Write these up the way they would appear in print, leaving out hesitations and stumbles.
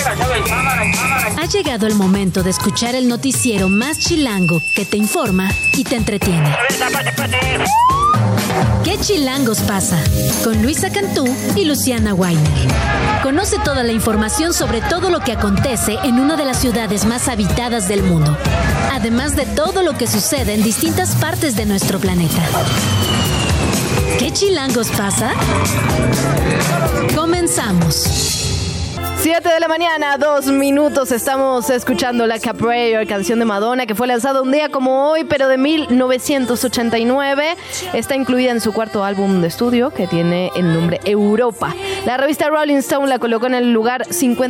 Ha llegado el momento de escuchar el noticiero más chilango que te informa y te entretiene. ¿Qué chilangos pasa? Con Luisa Cantú y Luciana Weiner. Conoce toda la información sobre todo lo que acontece en una de las ciudades más habitadas del mundo, además de todo lo que sucede en distintas partes de nuestro planeta. ¿Qué chilangos pasa? Comenzamos. 7 de la mañana, 2 minutos, estamos escuchando Like a Prayer, canción de Madonna, que fue lanzada un día como hoy, pero de 1989. Está incluida en su cuarto álbum de estudio, que tiene el nombre Europa. La revista Rolling Stone la colocó en el lugar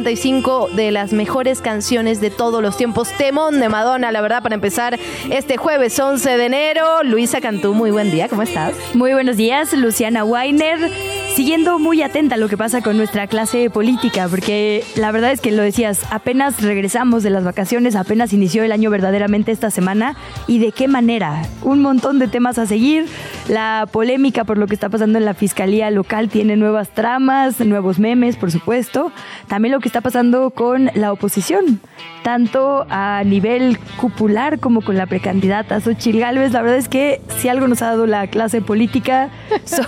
55 de las mejores canciones de todos los tiempos. Temón de Madonna, la verdad, para empezar este jueves 11 de enero. Luisa Cantú, muy buen día, ¿cómo estás? Muy buenos días, Luciana Weiner. Siguiendo muy atenta a lo que pasa con nuestra clase política, porque la verdad es que lo decías, apenas regresamos de las vacaciones, apenas inició el año verdaderamente esta semana, y de qué manera, un montón de temas a seguir. La polémica por lo que está pasando en la fiscalía local tiene nuevas tramas, nuevos memes, por supuesto. También lo que está pasando con la oposición, tanto a nivel cupular como con la precandidata Xóchitl Gálvez. La verdad es que si algo nos ha dado la clase política son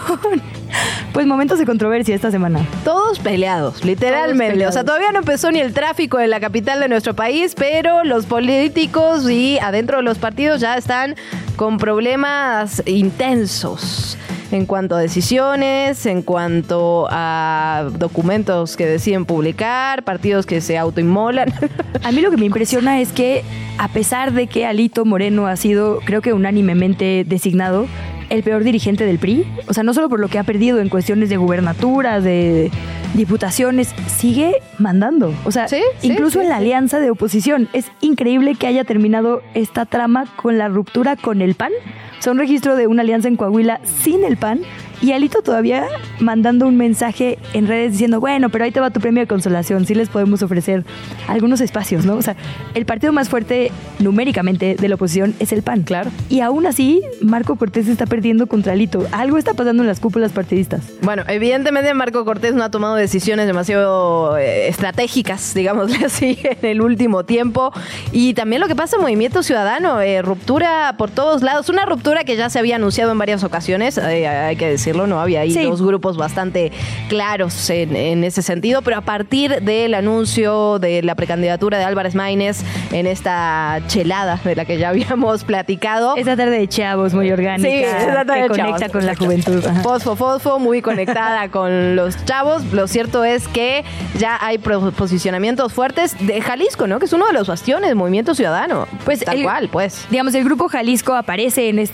pues momentos de controversia esta semana. Todos peleados, literalmente. Todos peleados. O sea, todavía no empezó ni el tráfico en la capital de nuestro país, pero los políticos y adentro de los partidos ya están con problemas intensos en cuanto a decisiones, en cuanto a documentos que deciden publicar, partidos que se autoinmolan. A mí lo que me impresiona es que, a pesar de que Alito Moreno ha sido, creo que unánimemente designado el peor dirigente del PRI, o sea, no solo por lo que ha perdido en cuestiones de gubernaturas, de diputaciones, sigue mandando. O sea, incluso en la alianza de oposición. Es increíble que haya terminado esta trama con la ruptura con el PAN. O sea, un registro de una alianza en Coahuila sin el PAN, y Alito todavía mandando un mensaje en redes diciendo, bueno, pero ahí te va tu premio de consolación, sí les podemos ofrecer algunos espacios, ¿no? O sea, el partido más fuerte numéricamente de la oposición es el PAN. Claro. Y aún así, Marco Cortés está perdiendo contra Alito. Algo está pasando en las cúpulas partidistas. Bueno, evidentemente Marco Cortés no ha tomado decisiones demasiado estratégicas, digámosle así, en el último tiempo. Y también lo que pasa en Movimiento Ciudadano, ruptura por todos lados. Una ruptura que ya se había anunciado en varias ocasiones, hay que decirlo. ¿No? Había ahí dos grupos bastante claros en ese sentido, pero a partir del anuncio de la precandidatura de Álvarez Maínez en esta chelada de la que ya habíamos platicado. Esa tarde de chavos muy orgánica, sí, esa tarde que de conecta chavos, con la juventud. Ajá. Fosfo, muy conectada con los chavos. Lo cierto es que ya hay posicionamientos fuertes de Jalisco, ¿no? Que es uno de los bastiones del Movimiento Ciudadano. Pues tal cual, pues. Digamos, el grupo Jalisco aparece en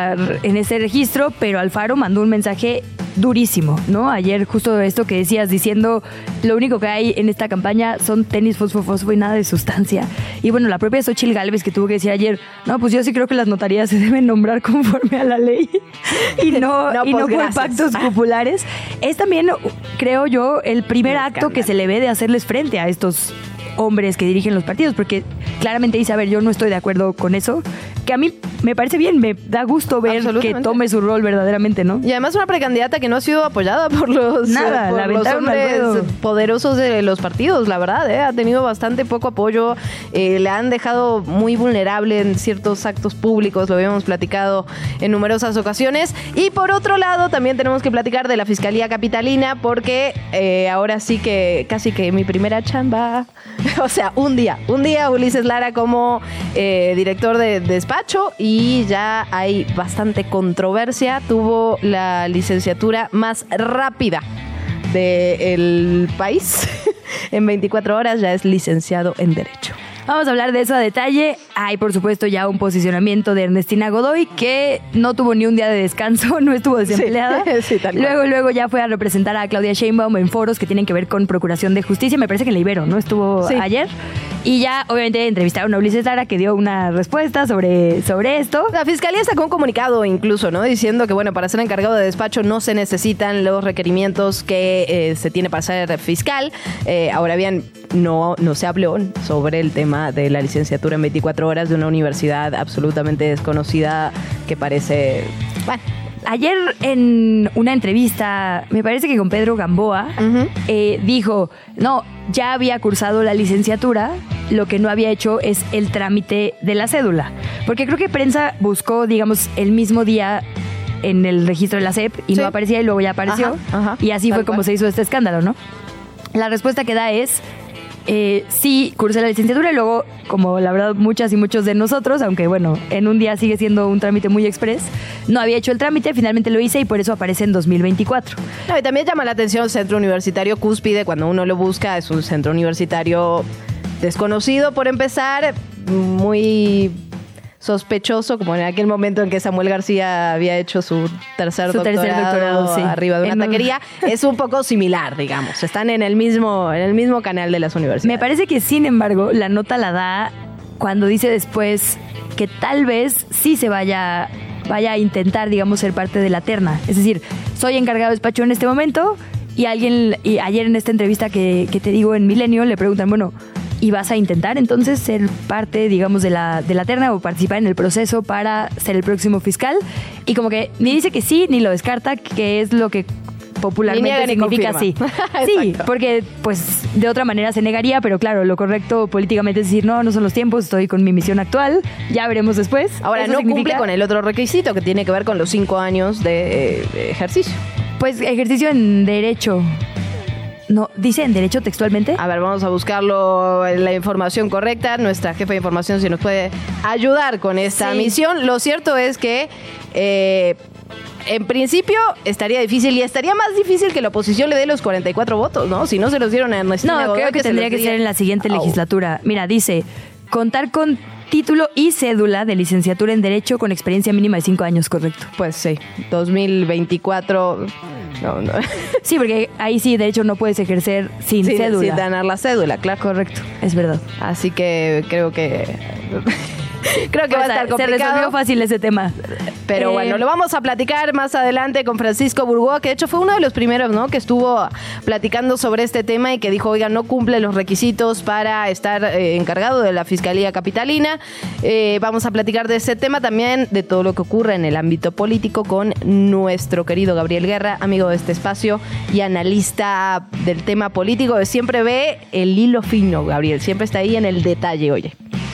este registro, pero Alfaro mandó un mensaje durísimo, ¿no? Ayer justo esto que decías, diciendo lo único que hay en esta campaña son tenis fosfo y nada de sustancia. Y bueno, la propia Xóchitl Gálvez, que tuvo que decir ayer, no, pues yo sí creo que las notarías se deben nombrar conforme a la ley y no por pactos cupulares. Es también, creo yo, el primer acto que se le ve de hacerles frente a estos hombres que dirigen los partidos, porque claramente dice, a ver, yo no estoy de acuerdo con eso, que a mí me parece bien, me da gusto ver que tome su rol verdaderamente, ¿no? Y además una precandidata que no ha sido apoyada por los, los hombres poderosos de los partidos, la verdad, ha tenido bastante poco apoyo, le han dejado muy vulnerable en ciertos actos públicos, lo habíamos platicado en numerosas ocasiones. Y por otro lado, también tenemos que platicar de la Fiscalía Capitalina, porque ahora sí que casi que mi primera chamba, o sea, un día Ulises Lara como director de despacho, y ya hay bastante controversia. Tuvo la licenciatura más rápida del país. En 24 horas ya es licenciado en Derecho. Vamos a hablar de eso a detalle. Hay, por supuesto, ya un posicionamiento de Ernestina Godoy, que no tuvo ni un día de descanso, no estuvo desempleada. Sí, luego ya fue a representar a Claudia Sheinbaum en foros que tienen que ver con Procuración de Justicia. Me parece que en la Ibero, ¿no? Estuvo ayer. Y ya, obviamente, entrevistaron a Ulises Lara, que dio una respuesta sobre esto. La Fiscalía sacó un comunicado incluso, ¿no? Diciendo que, bueno, para ser encargado de despacho no se necesitan los requerimientos que se tiene para ser fiscal. Ahora bien, no se habló sobre el tema de la licenciatura en 24 horas de una universidad absolutamente desconocida que parece... Bueno, ayer en una entrevista, me parece que con Pedro Gamboa, dijo, no, ya había cursado la licenciatura, lo que no había hecho es el trámite de la cédula. Porque creo que prensa buscó, digamos, el mismo día en el registro de la SEP y no aparecía y luego ya apareció. Y así fue como se hizo este escándalo, ¿no? La respuesta que da es... sí, cursé la licenciatura y luego, como la verdad muchas y muchos de nosotros, aunque bueno, en un día sigue siendo un trámite muy express, no había hecho el trámite, finalmente lo hice y por eso aparece en 2024. No, y también llama la atención el Centro Universitario Cúspide, cuando uno lo busca, es un centro universitario desconocido por empezar, muy sospechoso, como en aquel momento en que Samuel García había hecho su tercer doctorado sí, arriba de una taquería. Es un poco similar, digamos. Están en el mismo canal de las universidades. Me parece que, sin embargo, la nota la da cuando dice después que tal vez sí se vaya a intentar, digamos, ser parte de la terna. Es decir, soy encargado de despacho en este momento y ayer en esta entrevista que te digo en Milenio le preguntan, bueno, ¿y vas a intentar entonces ser parte, digamos, de la terna o participar en el proceso para ser el próximo fiscal? Y como que ni dice que sí, ni lo descarta, que es lo que popularmente significa sí. Sí, porque pues de otra manera se negaría, pero claro, lo correcto políticamente es decir, no son los tiempos, estoy con mi misión actual, ya veremos después. Ahora, eso no cumple con el otro requisito que tiene que ver con los 5 años de ejercicio. Pues ejercicio en derecho. No, dice en derecho textualmente. A ver, vamos a buscarlo, la información correcta. Nuestra jefa de información si nos puede ayudar con esta misión. Lo cierto es que en principio estaría difícil y estaría más difícil que la oposición le dé los 44 votos, ¿no? Si no se los dieron a Ernestina Godoy. No, creo que tendría que ser en la siguiente legislatura. Mira, dice, contar con título y cédula de licenciatura en Derecho con experiencia mínima de 5 años, correcto. Pues sí, 2024... No. Sí, porque ahí sí, de hecho, no puedes ejercer sin cédula. Sin ganar la cédula, claro. Correcto, es verdad. Así que creo que va a estar complicado. Se resolvió fácil ese tema. Pero bueno, lo vamos a platicar más adelante con Francisco Burgoa, que de hecho fue uno de los primeros, ¿no?, que estuvo platicando sobre este tema y que dijo, oiga, no cumple los requisitos para estar encargado de la Fiscalía Capitalina. Vamos a platicar de ese tema, también de todo lo que ocurre en el ámbito político con nuestro querido Gabriel Guerra, amigo de este espacio y analista del tema político. Siempre ve el hilo fino, Gabriel, siempre está ahí en el detalle, oye.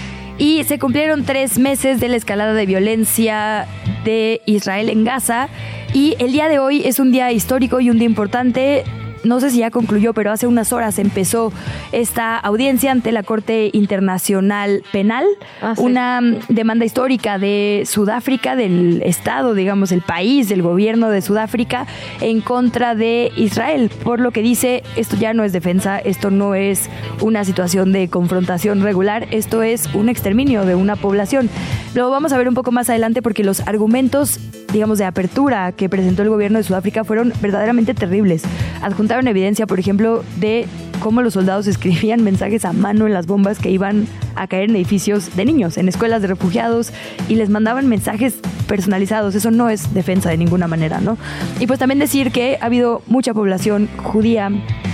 Y se cumplieron 3 meses de la escalada de violencia de Israel en Gaza y el día de hoy es un día histórico y un día importante. No sé si ya concluyó, pero hace unas horas empezó esta audiencia ante la Corte Internacional Penal, una demanda histórica de Sudáfrica, del Estado, digamos, el país, del gobierno de Sudáfrica, en contra de Israel, por lo que dice, esto ya no es defensa, esto no es una situación de confrontación regular, esto es un exterminio de una población. Lo vamos a ver un poco más adelante porque los argumentos, digamos, de apertura que presentó el gobierno de Sudáfrica fueron verdaderamente terribles. Adjuntaron evidencia, por ejemplo, de cómo los soldados escribían mensajes a mano en las bombas que iban a caer en edificios de niños, en escuelas de refugiados, y les mandaban mensajes personalizados. Eso no es defensa de ninguna manera, ¿no? Y pues también decir que ha habido mucha población judía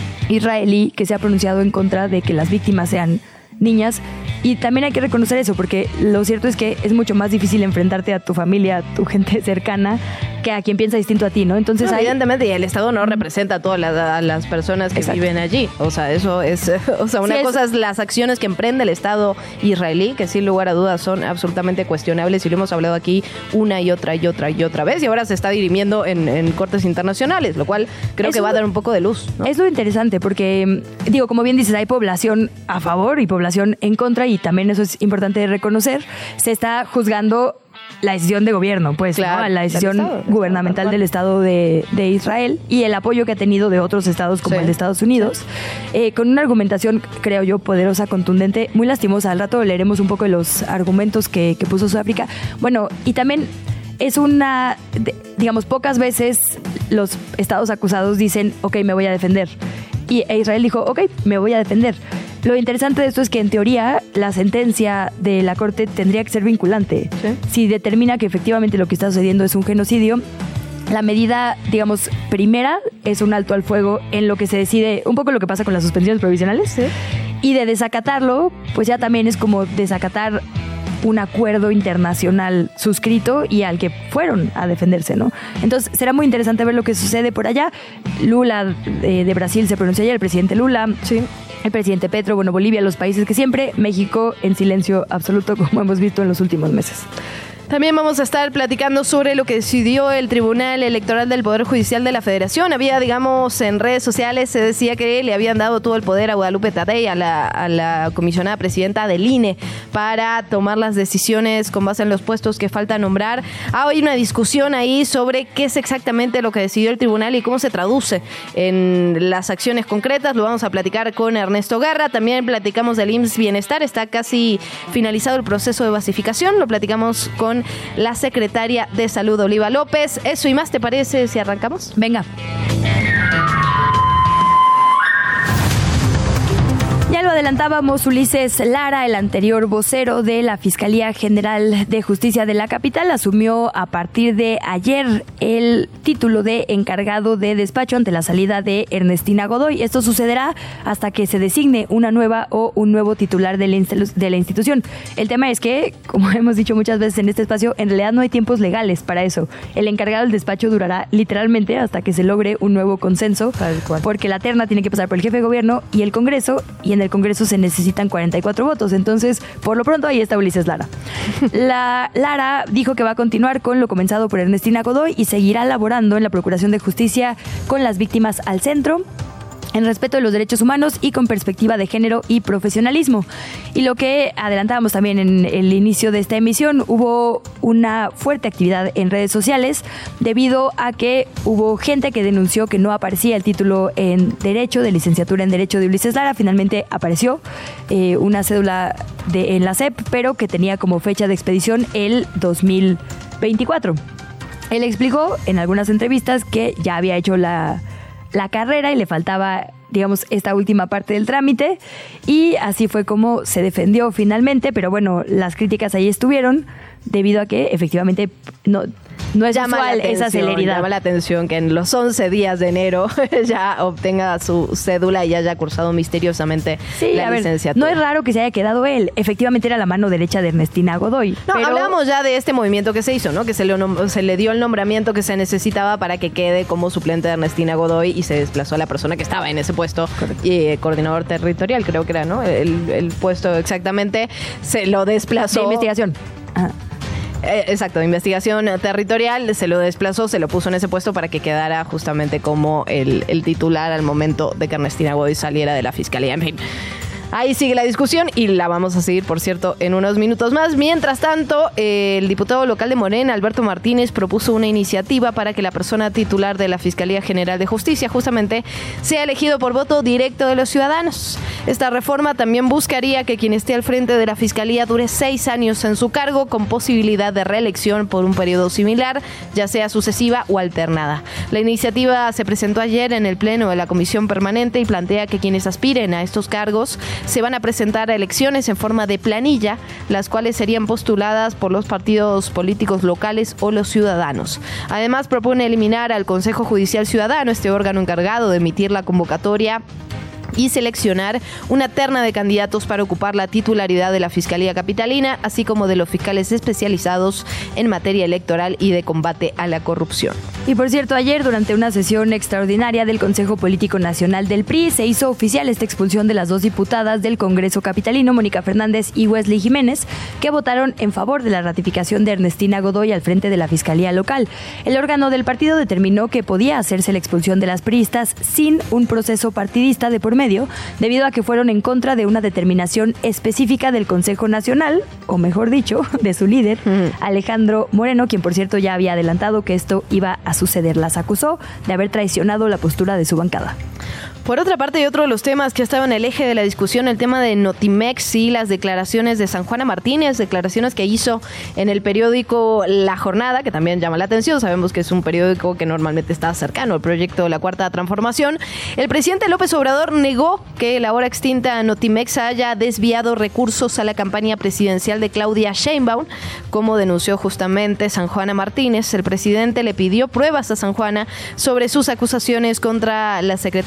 israelí que se ha pronunciado en contra de que las víctimas sean niñas. Y también hay que reconocer eso, porque lo cierto es que es mucho más difícil enfrentarte a tu familia, a tu gente cercana, que a quien piensa distinto a ti, ¿no? Entonces, evidentemente, y el Estado no representa a todas las personas que viven allí. O sea, eso es... O sea, una cosa es las acciones que emprende el Estado israelí, que sin lugar a dudas son absolutamente cuestionables, y lo hemos hablado aquí una y otra vez, y ahora se está dirimiendo en cortes internacionales, lo cual creo que va a dar un poco de luz, ¿no? Es lo interesante, porque, digo, como bien dices, hay población a favor y población en contra, y también eso es importante de reconocer. Se está juzgando la decisión de gobierno, pues, claro, ¿no? La decisión gubernamental del Estado de Israel y el apoyo que ha tenido de otros estados como el de Estados Unidos, con una argumentación, creo yo, poderosa, contundente, muy lastimosa. Al rato leeremos un poco de los argumentos que puso Sudáfrica. Bueno, y también es digamos, pocas veces los estados acusados dicen, ok, me voy a defender. Y Israel dijo, ok, me voy a defender. Lo interesante de esto es que, en teoría, la sentencia de la Corte tendría que ser vinculante. ¿Sí? Si determina que efectivamente lo que está sucediendo es un genocidio, la medida, digamos, primera es un alto al fuego en lo que se decide, un poco lo que pasa con las suspensiones provisionales. ¿Sí? Y de desacatarlo, pues ya también es como desacatar un acuerdo internacional suscrito y al que fueron a defenderse, ¿no? Entonces será muy interesante ver lo que sucede por allá. Lula de Brasil se pronunció ayer, el presidente Lula. Sí. El presidente Petro, Bolivia, los países que siempre, México en silencio absoluto, como hemos visto en los últimos meses. También vamos a estar platicando sobre lo que decidió el Tribunal Electoral del Poder Judicial de la Federación. Había, digamos, en redes sociales se decía que le habían dado todo el poder a Guadalupe Tadei, a la comisionada presidenta del INE, para tomar las decisiones con base en los puestos que falta nombrar. Hay una discusión ahí sobre qué es exactamente lo que decidió el tribunal y cómo se traduce en las acciones concretas. Lo vamos a platicar con Ernesto Guerra. También platicamos del IMSS Bienestar. Está casi finalizado el proceso de basificación. Lo platicamos con la secretaria de Salud, Oliva López. Eso y más, ¿te parece si arrancamos? Venga. Ya lo adelantábamos, Ulises Lara, el anterior vocero de la Fiscalía General de Justicia de la capital, asumió a partir de ayer el título de encargado de despacho ante la salida de Ernestina Godoy. Esto sucederá hasta que se designe una nueva o un nuevo titular de la institución. El tema es que, como hemos dicho muchas veces en este espacio, en realidad no hay tiempos legales para eso. El encargado del despacho durará literalmente hasta que se logre un nuevo consenso, porque la terna tiene que pasar por el jefe de gobierno y el Congreso, y en el Congreso se necesitan 44 votos. Entonces, por lo pronto, ahí está Ulises Lara. Lara dijo que va a continuar con lo comenzado por Ernestina Godoy y seguirá laborando en la Procuración de Justicia con las víctimas al centro, en respeto de los derechos humanos y con perspectiva de género y profesionalismo. Y lo que adelantábamos también en el inicio de esta emisión, hubo una fuerte actividad en redes sociales debido a que hubo gente que denunció que no aparecía el título en Derecho, de licenciatura en Derecho de Ulises Lara. Finalmente apareció una cédula en la SEP, pero que tenía como fecha de expedición el 2024. Él explicó en algunas entrevistas que ya había hecho la carrera y le faltaba, digamos, esta última parte del trámite, y así fue como se defendió finalmente. Pero bueno, las críticas ahí estuvieron debido a que efectivamente no es usual esa celeridad. Llama la atención que en los 11 días de enero ya obtenga su cédula y haya cursado misteriosamente la licenciatura. No es raro que se haya quedado él. Efectivamente era la mano derecha de Ernestina Godoy. No, pero hablábamos ya de este movimiento que se hizo, ¿no? Que se le dio el nombramiento que se necesitaba para que quede como suplente de Ernestina Godoy y se desplazó a la persona que estaba en ese puesto, coordinador territorial, creo que era, ¿no? El puesto exactamente se lo desplazó. De investigación. Ajá. Exacto, de investigación territorial, se lo desplazó, se lo puso en ese puesto para que quedara justamente como el titular al momento de que Ernestina Godoy saliera de la fiscalía. En fin, ahí sigue la discusión y la vamos a seguir, por cierto, en unos minutos más. Mientras tanto, el diputado local de Morena, Alberto Martínez, propuso una iniciativa para que la persona titular de la Fiscalía General de Justicia justamente sea elegido por voto directo de los ciudadanos. Esta reforma también buscaría que quien esté al frente de la Fiscalía dure 6 años en su cargo, con posibilidad de reelección por un periodo similar, ya sea sucesiva o alternada. La iniciativa se presentó ayer en el Pleno de la Comisión Permanente y plantea que quienes aspiren a estos cargos se van a presentar a elecciones en forma de planilla, las cuales serían postuladas por los partidos políticos locales o los ciudadanos. Además, propone eliminar al Consejo Judicial Ciudadano, este órgano encargado de emitir la convocatoria y seleccionar una terna de candidatos para ocupar la titularidad de la Fiscalía Capitalina, así como de los fiscales especializados en materia electoral y de combate a la corrupción. Y por cierto, ayer, durante una sesión extraordinaria del Consejo Político Nacional del PRI, se hizo oficial esta expulsión de las 2 diputadas del Congreso Capitalino, Mónica Fernández y Wesley Jiménez, que votaron en favor de la ratificación de Ernestina Godoy al frente de la Fiscalía Local. El órgano del partido determinó que podía hacerse la expulsión de las priistas sin un proceso partidista de por medio, debido a que fueron en contra de una determinación específica del Consejo Nacional, o mejor dicho, de su líder, Alejandro Moreno, quien por cierto ya había adelantado que esto iba a suceder. Las acusó de haber traicionado la postura de su bancada. Por otra parte, y otro de los temas que ha estado en el eje de la discusión, el tema de Notimex y las declaraciones de Sanjuana Martínez, declaraciones que hizo en el periódico La Jornada, que también llama la atención. Sabemos que es un periódico que normalmente está cercano al proyecto de la Cuarta Transformación. El presidente López Obrador negó que la ahora extinta Notimex haya desviado recursos a la campaña presidencial de Claudia Sheinbaum, como denunció justamente Sanjuana Martínez. El presidente le pidió pruebas a Sanjuana sobre sus acusaciones contra la secretaria de Gobernación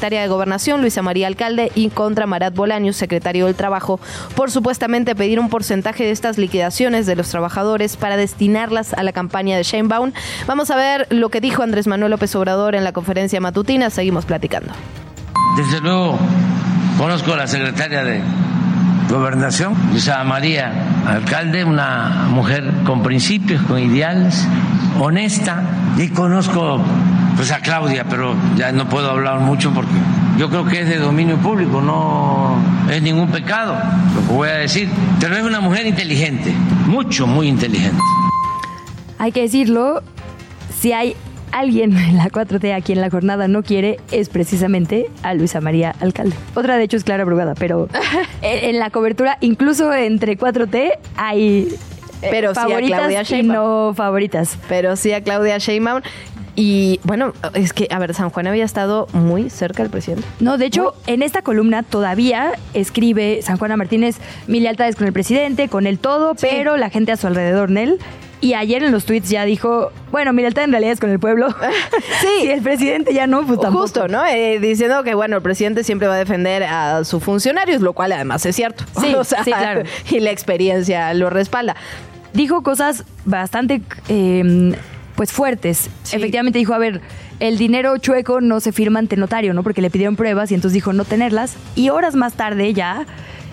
Gobernación, Luisa María Alcalde, y contra Marat Bolaños, secretario del Trabajo, por supuestamente pedir un porcentaje de estas liquidaciones de los trabajadores para destinarlas a la campaña de Sheinbaum. Vamos a ver lo que dijo Andrés Manuel López Obrador en la conferencia matutina. Seguimos platicando. Desde luego, conozco a la secretaria de Gobernación, Luisa María Alcalde, una mujer con principios, con ideales, honesta, y conozco pues a Claudia, pero ya no puedo hablar mucho porque yo creo que es de dominio público, no es ningún pecado lo que voy a decir, pero es una mujer inteligente, muy inteligente. Hay que decirlo, si hay alguien en la 4T a quien la jornada no quiere, es precisamente a Luisa María Alcalde. Otra, de hecho, es Clara Brugada, pero en la cobertura, incluso entre 4T, hay pero favoritas sí y no favoritas. Pero sí a Claudia Sheinbaum. Y bueno, es que, a ver, San Juan había estado muy cerca del presidente. No, de hecho, en esta columna todavía escribe San Juana Martínez: mi lealtad es con el presidente, con él todo, sí, pero la gente a su alrededor, Nel. Y ayer en los tweets ya dijo, bueno, mi lealtad en realidad es con el pueblo. Sí. Si el presidente ya no, pues tampoco. Justo, ¿no? Diciendo que, bueno, el presidente siempre va a defender a sus funcionarios, lo cual además es cierto. Sí, o sea, sí, claro. Y la experiencia lo respalda. Dijo cosas bastante, pues, fuertes. Sí. Efectivamente dijo, a ver, el dinero chueco no se firma ante notario, ¿no? Porque le pidieron pruebas y entonces dijo no tenerlas. Y horas más tarde ya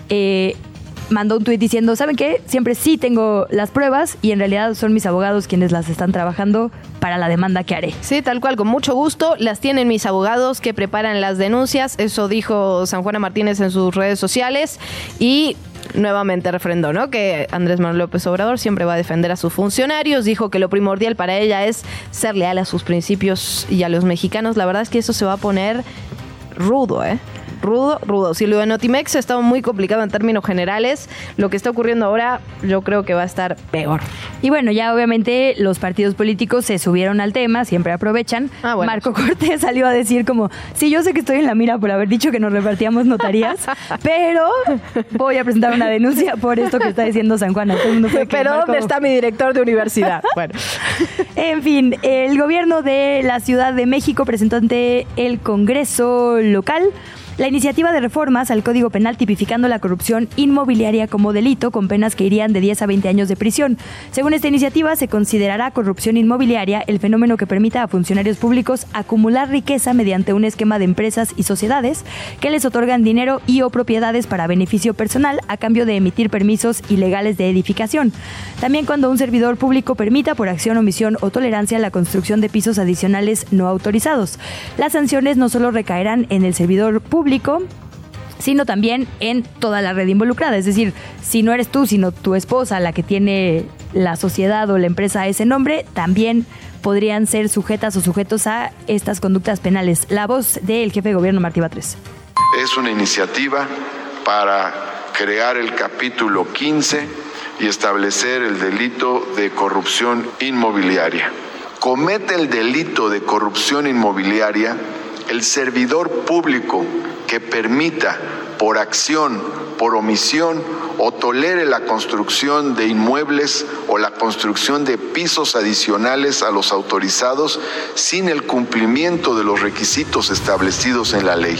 mandó un tuit diciendo, ¿saben qué? Siempre sí tengo las pruebas y en realidad son mis abogados quienes las están trabajando para la demanda que haré. Sí, tal cual, con mucho gusto. Las tienen mis abogados que preparan las denuncias. Eso dijo San Juana Martínez en sus redes sociales y nuevamente refrendó, ¿no? Que Andrés Manuel López Obrador siempre va a defender a sus funcionarios. Dijo que lo primordial para ella es ser leal a sus principios y a los mexicanos. La verdad es que eso se va a poner rudo, Rudo. Si lo de Notimex ha estado muy complicado en términos generales, lo que está ocurriendo ahora yo creo que va a estar peor. Y bueno, ya obviamente los partidos políticos se subieron al tema, siempre aprovechan. Bueno. Marco Cortés salió a decir como, sí, yo sé que estoy en la mira por haber dicho que nos repartíamos notarías, pero voy a presentar una denuncia por esto que está diciendo San Juan. Todo el mundo fue pero Marco... ¿dónde está mi director de universidad? Bueno. En fin, el gobierno de la Ciudad de México presentó ante el Congreso local la iniciativa de reformas al Código Penal tipificando la corrupción inmobiliaria como delito con penas que irían de 10 a 20 años de prisión. Según esta iniciativa, se considerará corrupción inmobiliaria el fenómeno que permita a funcionarios públicos acumular riqueza mediante un esquema de empresas y sociedades que les otorgan dinero y o propiedades para beneficio personal a cambio de emitir permisos ilegales de edificación. También cuando un servidor público permita por acción, omisión o tolerancia la construcción de pisos adicionales no autorizados. Las sanciones no solo recaerán en el servidor público, sino también en toda la red involucrada. Es decir, si no eres tú, sino tu esposa la que tiene la sociedad o la empresa a ese nombre, también podrían ser sujetas o sujetos a estas conductas penales. La voz del jefe de gobierno, Martí Batres. Es una iniciativa para crear el capítulo 15 y establecer el delito de corrupción inmobiliaria. Comete el delito de corrupción inmobiliaria el servidor público que permita por acción, por omisión o tolere la construcción de inmuebles o la construcción de pisos adicionales a los autorizados sin el cumplimiento de los requisitos establecidos en la ley.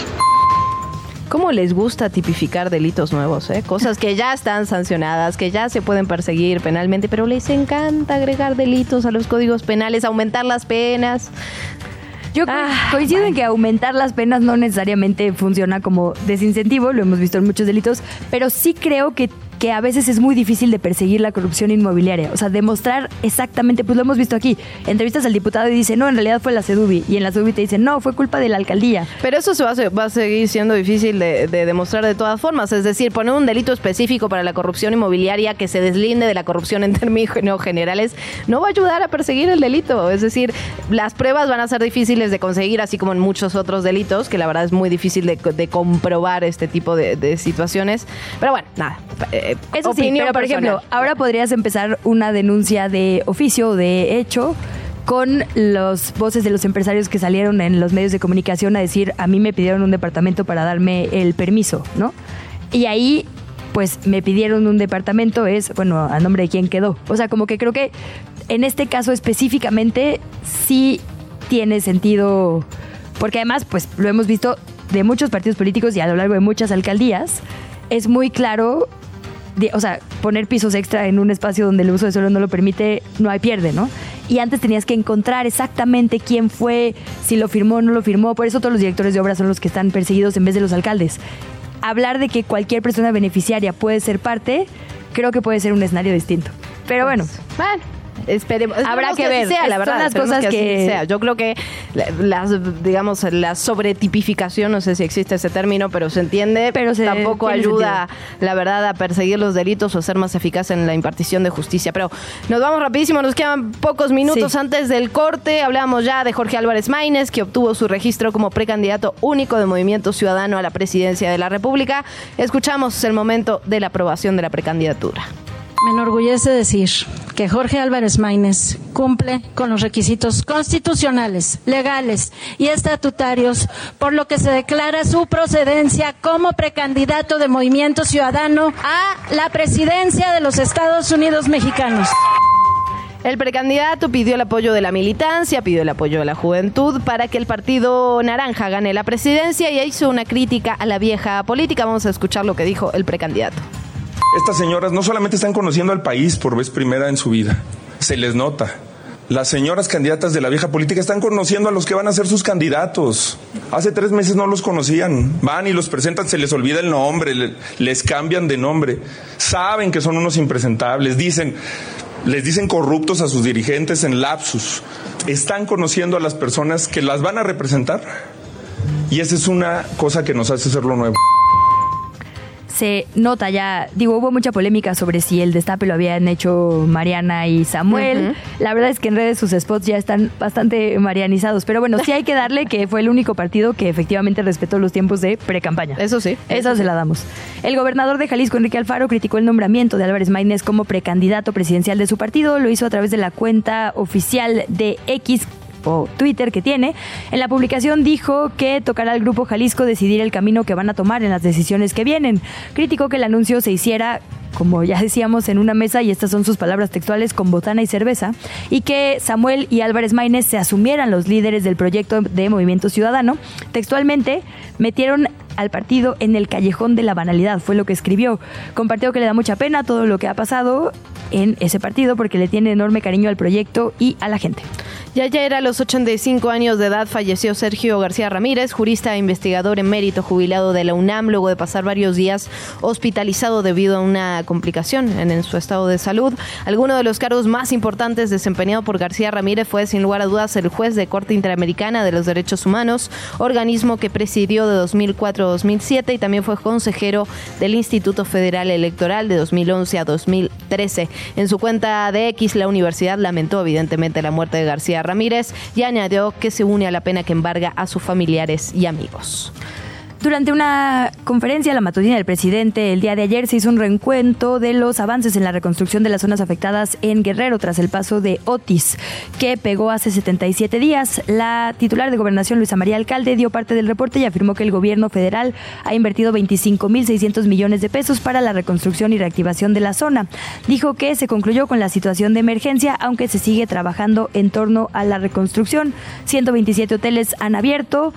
¿Cómo les gusta tipificar delitos nuevos? Cosas que ya están sancionadas, que ya se pueden perseguir penalmente, pero les encanta agregar delitos a los códigos penales, aumentar las penas. Yo coincido en que aumentar las penas no necesariamente funciona como desincentivo, lo hemos visto en muchos delitos, pero sí creo que a veces es muy difícil de perseguir la corrupción inmobiliaria. O sea, demostrar exactamente, pues lo hemos visto aquí. Entrevistas al diputado y dice, no, en realidad fue la Sedubi. Y en la Sedubi te dicen, no, fue culpa de la alcaldía. Pero eso va a seguir siendo difícil de demostrar de todas formas. Es decir, poner un delito específico para la corrupción inmobiliaria que se deslinde de la corrupción en términos generales no va a ayudar a perseguir el delito. Es decir, las pruebas van a ser difíciles de conseguir, así como en muchos otros delitos, que la verdad es muy difícil de comprobar este tipo de situaciones. Pero bueno, nada. Eso sí, pero por ejemplo, ahora podrías empezar una denuncia de oficio o de hecho con las voces de los empresarios que salieron en los medios de comunicación a decir, a mí me pidieron un departamento para darme el permiso, ¿no? Y ahí, pues, me pidieron un departamento, bueno, ¿a nombre de quién quedó? O sea, como que creo que en este caso específicamente sí tiene sentido, porque además, pues, lo hemos visto de muchos partidos políticos y a lo largo de muchas alcaldías, es muy claro, poner pisos extra en un espacio donde el uso de suelo no lo permite, no hay pierde, ¿no? Y antes tenías que encontrar exactamente quién fue, si lo firmó o no lo firmó. Por eso todos los directores de obras son los que están perseguidos en vez de los alcaldes. Hablar de que cualquier persona beneficiaria puede ser parte, creo que puede ser un escenario distinto. Pero bueno. Esperemos, habrá que ver. Sea, la verdad, son las cosas que sea. Yo creo que la sobretipificación, no sé si existe ese término, pero se entiende, pero tampoco ayuda, la verdad, a perseguir los delitos o a ser más eficaz en la impartición de justicia. Pero nos vamos rapidísimo, nos quedan pocos minutos antes del corte. Hablábamos ya de Jorge Álvarez Maínez, que obtuvo su registro como precandidato único de Movimiento Ciudadano a la presidencia de la República. Escuchamos el momento de la aprobación de la precandidatura. Me enorgullece decir que Jorge Álvarez Maínez cumple con los requisitos constitucionales, legales y estatutarios, por lo que se declara su procedencia como precandidato de Movimiento Ciudadano a la presidencia de los Estados Unidos mexicanos. El precandidato pidió el apoyo de la militancia, pidió el apoyo de la juventud para que el Partido Naranja gane la presidencia y hizo una crítica a la vieja política. Vamos a escuchar lo que dijo el precandidato. Estas señoras no solamente están conociendo al país por vez primera en su vida, se les nota. Las señoras candidatas de la vieja política están conociendo a los que van a ser sus candidatos. Hace 3 meses no los conocían. Van y los presentan, se les olvida el nombre, les cambian de nombre. Saben que son unos impresentables, les dicen corruptos a sus dirigentes en lapsus. Están conociendo a las personas que las van a representar. Y esa es una cosa que nos hace ser lo nuevo. Se nota ya, hubo mucha polémica sobre si el destape lo habían hecho Mariana y Samuel. Uh-huh. La verdad es que en redes sus spots ya están bastante marianizados, pero bueno, sí hay que darle que fue el único partido que efectivamente respetó los tiempos de pre-campaña. Eso sí. Eso se la damos. El gobernador de Jalisco, Enrique Alfaro, criticó el nombramiento de Álvarez Maínez como precandidato presidencial de su partido. Lo hizo a través de la cuenta oficial de X o Twitter que tiene. En la publicación dijo que tocará al Grupo Jalisco decidir el camino que van a tomar en las decisiones que vienen. Criticó que el anuncio se hiciera, como ya decíamos, en una mesa, y estas son sus palabras textuales, con botana y cerveza, y que Samuel y Álvarez Maínez se asumieran los líderes del proyecto de Movimiento Ciudadano. Textualmente, metieron al partido en el callejón de la banalidad, fue lo que escribió. Compartió que le da mucha pena todo lo que ha pasado en ese partido porque le tiene enorme cariño al proyecto y a la gente. Ya ayer a los 85 años de edad falleció Sergio García Ramírez, jurista e investigador emérito jubilado de la UNAM, luego de pasar varios días hospitalizado debido a una complicación en su estado de salud. Alguno de los cargos más importantes desempeñado por García Ramírez fue, sin lugar a dudas, el juez de Corte Interamericana de los Derechos Humanos, organismo que presidió de 2004 a 2007, y también fue consejero del Instituto Federal Electoral de 2011 a 2013. En su cuenta de X, la universidad lamentó evidentemente la muerte de García Ramírez y añadió que se une a la pena que embarga a sus familiares y amigos. Durante una conferencia, la matutina del presidente, el día de ayer se hizo un recuento de los avances en la reconstrucción de las zonas afectadas en Guerrero tras el paso de Otis, que pegó hace 77 días. La titular de Gobernación, Luisa María Alcalde, dio parte del reporte y afirmó que el gobierno federal ha invertido 25.600 millones de pesos para la reconstrucción y reactivación de la zona. Dijo que se concluyó con la situación de emergencia, aunque se sigue trabajando en torno a la reconstrucción. 127 hoteles han abierto,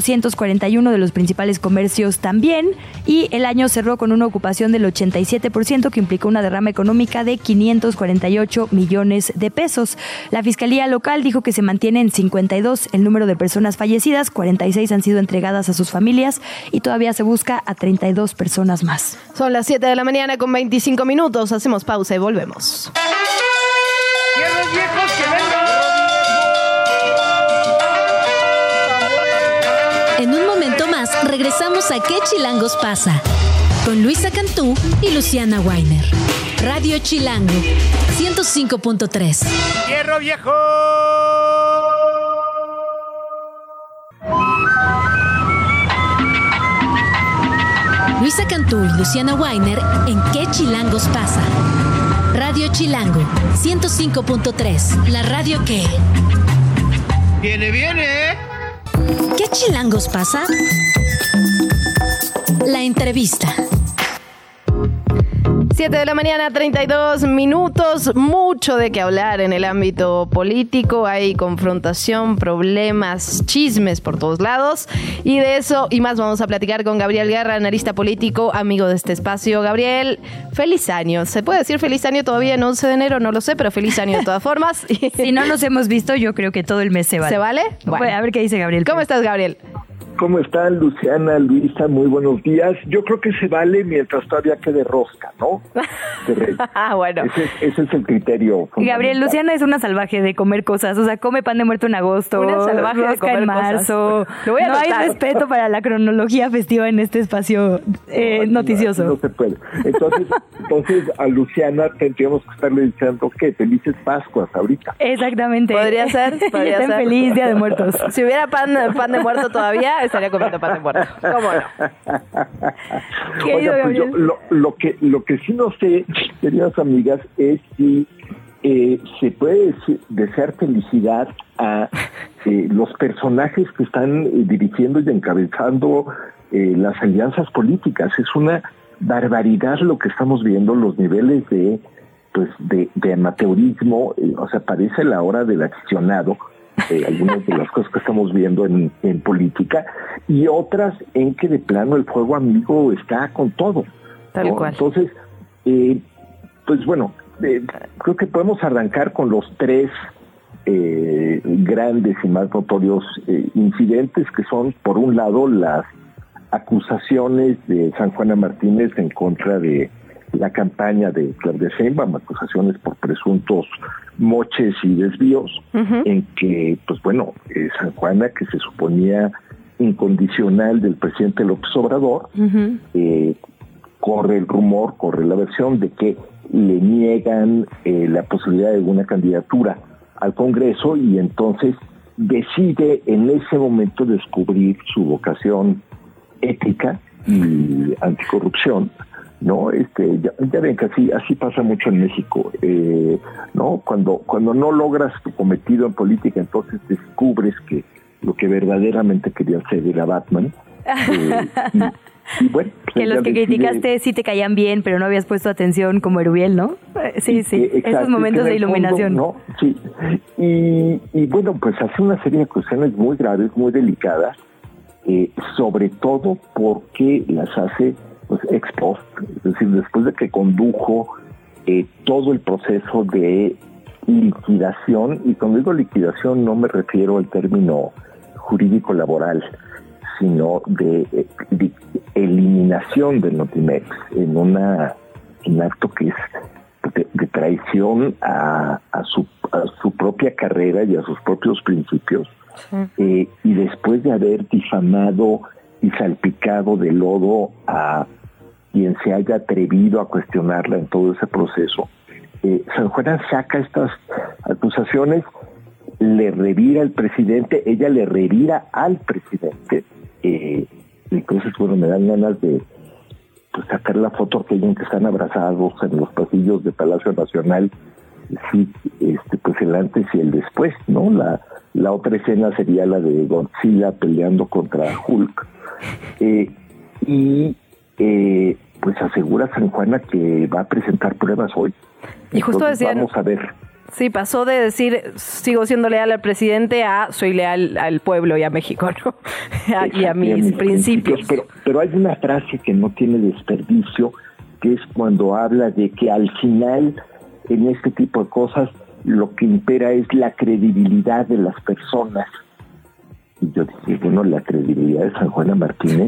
241 de los principales comercios también, y el año cerró con una ocupación del 87%, que implicó una derrama económica de 548 millones de pesos. La Fiscalía Local dijo que se mantiene en 52 el número de personas fallecidas, 46 han sido entregadas a sus familias y todavía se busca a 32 personas más. Son las 7 de la mañana con 25 minutos, hacemos pausa y volvemos. ¡Hierros viejos que vengan! En un momento más regresamos a ¿Qué chilangos pasa? Con Luisa Cantú y Luciana Weiner. Radio Chilango 105.3. ¡Hierro viejo! Luisa Cantú y Luciana Weiner en ¿Qué chilangos pasa? Radio Chilango 105.3. La radio que... ¡Viene! ¿Qué chilangos pasa? La entrevista. 7 de la mañana, 32 minutos. Mucho de qué hablar en el ámbito político. Hay confrontación, problemas, chismes por todos lados. Y de eso y más vamos a platicar con Gabriel Guerra, analista político, amigo de este espacio. Gabriel, feliz año. ¿Se puede decir feliz año todavía en 11 de enero? No lo sé, pero feliz año de todas formas. Si no nos hemos visto, yo creo que todo el mes se vale. ¿Se vale? Bueno. A ver qué dice Gabriel. ¿Cómo estás, Gabriel? ¿Cómo están, Luciana, Luisa? Muy buenos días. Yo creo que se vale mientras todavía quede rosca, ¿no? Bueno. Ese es el criterio. Gabriel, Luciana es una salvaje de comer cosas. O sea, come pan de muerto en agosto, una salvaje de comer en marzo. Lo voy a no anotar. Hay respeto para la cronología festiva en este espacio noticioso. No se puede. Entonces, a Luciana tendríamos que estarle diciendo que felices Pascuas ahorita. Exactamente. Podría ser. Estén feliz Día de Muertos. Si hubiera pan de muerto todavía, estaría comiendo pan de muerto. ¿Cómo no? Oiga, pues lo que sí no sé, queridas amigas, es si se puede desear felicidad a los personajes que están dirigiendo y encabezando las alianzas políticas. Es una barbaridad lo que estamos viendo, los niveles de amateurismo. O sea, parece la hora del aficionado. Algunas de las cosas que estamos viendo en política, y otras en que de plano el fuego amigo está con todo, tal cual. Entonces, pues bueno, creo que podemos arrancar con los tres grandes y más notorios incidentes, que son, por un lado, las acusaciones de Sanjuana Martínez en contra de la campaña de Claudia Sheinbaum, acusaciones por presuntos moches y desvíos, en que, pues bueno, Sanjuana, que se suponía incondicional del presidente López Obrador, corre el rumor, corre la versión de que le niegan la posibilidad de una candidatura al Congreso, y entonces decide en ese momento descubrir su vocación ética y anticorrupción, ¿no? Ya ven que así pasa mucho en México, ¿no? Cuando no logras tu cometido en política, entonces descubres que lo que verdaderamente querías ser era Batman. Y bueno, pues que los que criticaste sí te caían bien, pero no habías puesto atención, como Erubiel, ¿no? Sí, exacto, esos momentos de iluminación. Fondo, ¿no? Sí. Y bueno, pues hace una serie de cuestiones muy graves, muy delicadas, sobre todo porque las hace pues ex post, es decir, después de que condujo todo el proceso de liquidación. Y cuando digo liquidación no me refiero al término jurídico laboral, sino de eliminación del Notimex en un acto que es de traición a su propia carrera y a sus propios principios. Sí. Y después de haber difamado y salpicado de lodo a quien se haya atrevido a cuestionarla en todo ese proceso, Sanjuana saca estas acusaciones, le revira al presidente, ella le revira al presidente, entonces bueno, me dan ganas de pues sacar la foto aquella en que están abrazados en los pasillos de Palacio Nacional, sí, pues el antes y el después, ¿no? La otra escena sería la de Godzilla peleando contra Hulk, pues asegura Sanjuana que va a presentar pruebas hoy. Y justo decían, vamos a ver. Sí, pasó de decir sigo siendo leal al presidente a soy leal al pueblo y a México, ¿no? y a mis principios. Pero hay una frase que no tiene desperdicio, que es cuando habla de que al final en este tipo de cosas lo que impera es la credibilidad de las personas. Y yo dije, bueno, la credibilidad de Sanjuana Martínez.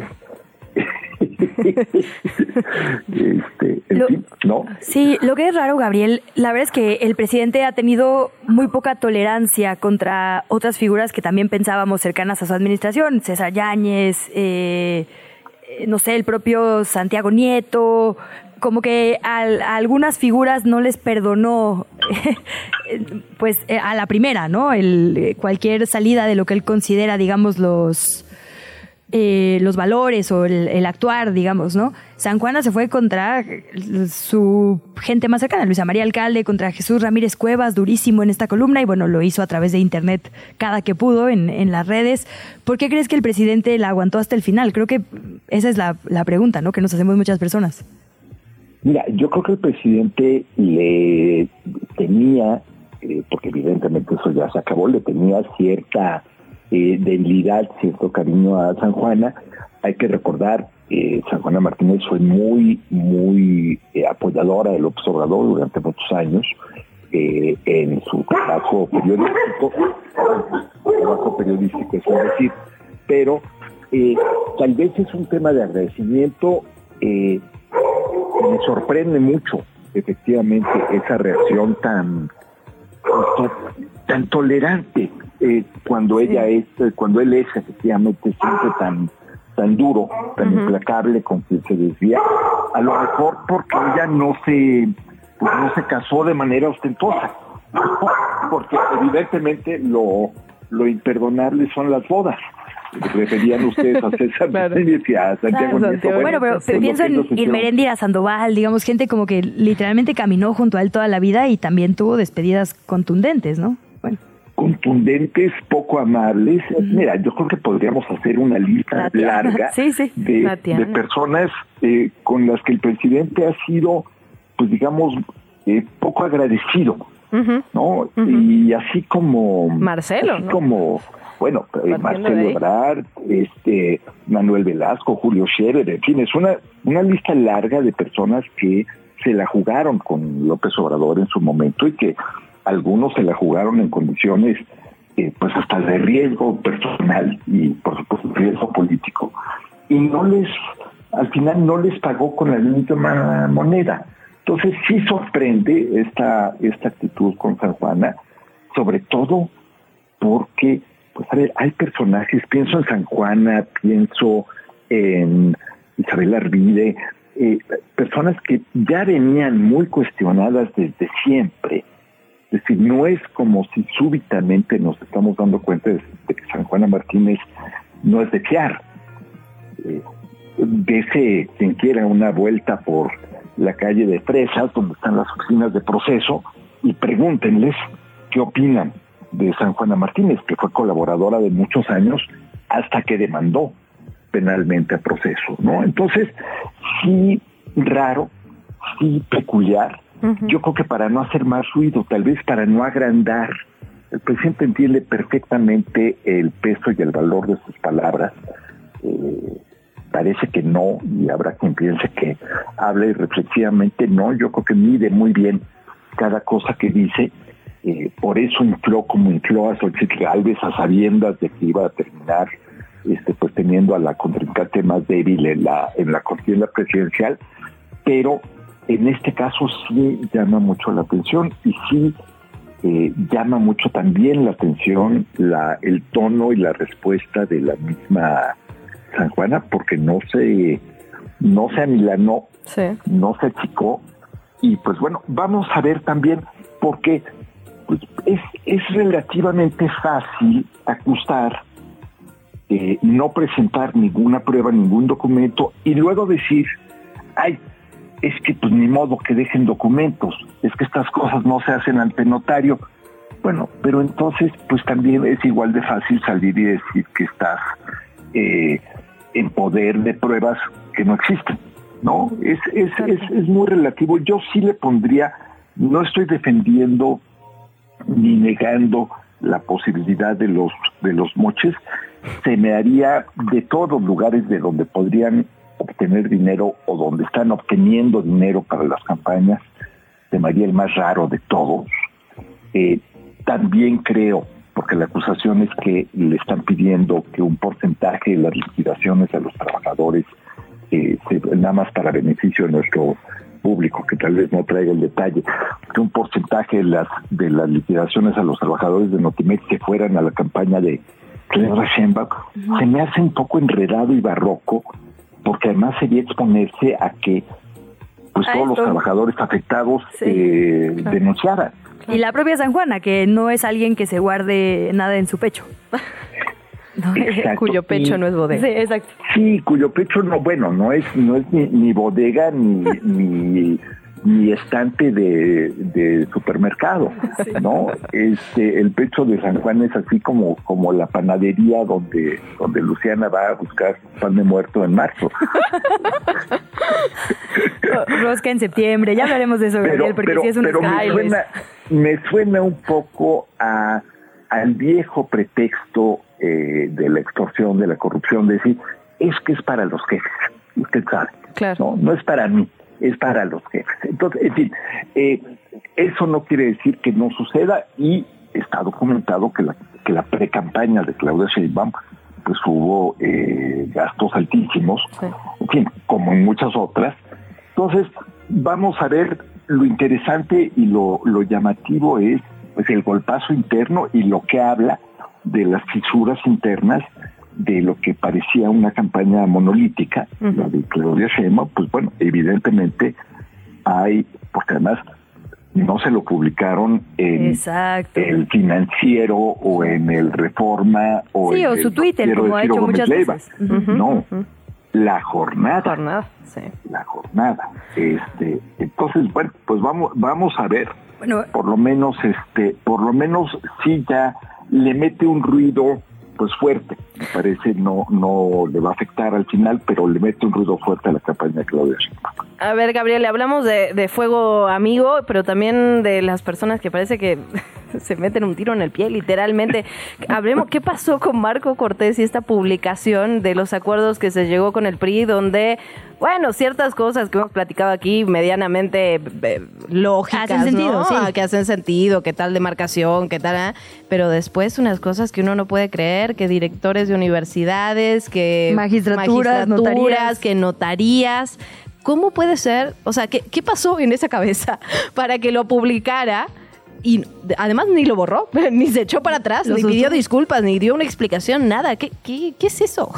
En fin, ¿no? Sí, lo que es raro, Gabriel, la verdad es que el presidente ha tenido muy poca tolerancia contra otras figuras que también pensábamos cercanas a su administración, César Yáñez, no sé, el propio Santiago Nieto, como que a algunas figuras no les perdonó pues a la primera, ¿no? Cualquier salida de lo que él considera, digamos, los valores o el actuar, digamos, ¿no? Sanjuana se fue contra su gente más cercana, Luisa María Alcalde, contra Jesús Ramírez Cuevas, durísimo en esta columna, y bueno, lo hizo a través de internet cada que pudo en las redes. ¿Por qué crees que el presidente la aguantó hasta el final? Creo que esa es la pregunta, ¿no?, que nos hacemos muchas personas. Mira, yo creo que el presidente le tenía, porque evidentemente eso ya se acabó, le tenía cierta debilidad, cierto cariño a San Juana. Hay que recordar, San Juana Martínez fue muy, muy apoyadora del López Obrador durante muchos años en su trabajo periodístico, es decir, pero tal vez es un tema de agradecimiento. Me sorprende mucho, efectivamente, esa reacción tan tolerante cuando él es efectivamente siempre tan duro, tan implacable con quien se desvía. A lo mejor porque ella no se casó de manera ostentosa, porque evidentemente lo imperdonable son las bodas. Referían ustedes a César Martínez y a Santiago Nieto. Bueno, pero pienso en Irmeréndira Sandoval, digamos, gente como que literalmente caminó junto a él toda la vida y también tuvo despedidas contundentes, ¿no? Bueno. Contundentes, poco amables. Mira, yo creo que podríamos hacer una lista larga de personas con las que el presidente ha sido, pues digamos, poco agradecido, ¿no? Y así como Marcelo, ¿no? Como Marcelo Ebrard, Manuel Velasco, Julio Scherer, en fin, es una lista larga de personas que se la jugaron con López Obrador en su momento y que algunos se la jugaron en condiciones pues hasta de riesgo personal y por supuesto riesgo político, y al final no les pagó con la misma moneda. Entonces sí sorprende esta actitud con San Juana, sobre todo porque, pues a ver, hay personajes, pienso en San Juana, pienso en Isabel Arvide, personas que ya venían muy cuestionadas desde siempre. Es decir, no es como si súbitamente nos estamos dando cuenta de que San Juana Martínez no es de fiar. Dese quien quiera una vuelta por la calle de Fresas, donde están las oficinas de Proceso, y pregúntenles qué opinan de San Juana Martínez, que fue colaboradora de muchos años hasta que demandó penalmente a Proceso, ¿no? Entonces, sí raro, sí peculiar. Yo creo que para no hacer más ruido, tal vez para no agrandar, el presidente entiende perfectamente el peso y el valor de sus palabras. Parece que no, y habrá quien piense que habla irreflexivamente. No, yo creo que mide muy bien cada cosa que dice. Por eso infló como infló a Xochitl Gálvez, a sabiendas de que iba a terminar pues teniendo a la contrincante más débil en la contienda presidencial, pero en este caso sí llama mucho la atención, y sí llama mucho también la atención el tono y la respuesta de la misma San Juana, porque no se amilanó, no se achicó. Y pues bueno, vamos a ver también, porque pues, es relativamente fácil acusar, no presentar ninguna prueba, ningún documento, y luego decir, es que pues ni modo que dejen documentos, es que estas cosas no se hacen ante notario. Bueno, pero entonces pues también es igual de fácil salir y decir que estás en poder de pruebas que no existen, ¿no? Es muy relativo. Yo sí le pondría, no estoy defendiendo ni negando la posibilidad de los moches. Se me haría, de todos los lugares de donde podrían obtener dinero o donde están obteniendo dinero para las campañas, se me haría el más raro de todos. También creo, porque la acusación es que le están pidiendo que un porcentaje de las liquidaciones a los trabajadores, nada más para beneficio de nuestro público, que tal vez no traiga el detalle, que un porcentaje de las liquidaciones a los trabajadores de Notimex se fueran a la campaña de Claudia Sheinbaum. Se me hace un poco enredado y barroco, porque además sería exponerse a que pues todos los trabajadores afectados denunciaran. Y la propia San Juana, que no es alguien que se guarde nada en su pecho. No, cuyo pecho no es bodega. Sí, exacto. Sí, cuyo pecho no es ni bodega ni estante de supermercado, sí. ¿No? El pecho de San Juan es así como la panadería donde Luciana va a buscar pan de muerto en marzo. rosca en septiembre. Ya hablaremos de eso, Gabriel, porque sí es un escándalo. Me suena un poco al viejo pretexto de la extorsión, de la corrupción, de decir, es que es para los jefes, usted sabe. Claro. No es para mí, es para los jefes. Entonces, en fin, eso no quiere decir que no suceda, y está documentado que la pre-campaña de Claudia Sheinbaum pues hubo gastos altísimos, en fin, como en muchas otras. Entonces, vamos a ver, lo interesante y lo llamativo es pues el golpazo interno y lo que habla de las fisuras internas de lo que parecía una campaña monolítica, la de Claudia Sheinbaum. Pues bueno, evidentemente hay, porque además no se lo publicaron en el Financiero o en el Reforma o en o su Twitter, como ha hecho muchas veces. No, la jornada. Sí. La jornada. Entonces, bueno, pues vamos a ver. Bueno, por lo menos sí ya le mete un ruido pues fuerte, me parece, no le va a afectar al final, pero le mete un ruido fuerte a la campaña de Claudia Sheinbaum. A ver, Gabriel, hablamos de fuego amigo, pero también de las personas que parece que se meten un tiro en el pie, literalmente. Hablemos, ¿qué pasó con Marco Cortés y esta publicación de los acuerdos que se llegó con el PRI, donde, bueno, ciertas cosas que hemos platicado aquí medianamente lógicas, hacen sentido, ¿no? Sí. Que hacen sentido, que tal demarcación, que tal, pero después unas cosas que uno no puede creer, que directores de universidades, que magistraturas, notarías. que notarías. ¿Cómo puede ser? O sea, ¿qué pasó en esa cabeza para que lo publicara? Y además ni lo borró, ni se echó para atrás, ni pidió disculpas, ni dio una explicación, nada. ¿Qué es eso?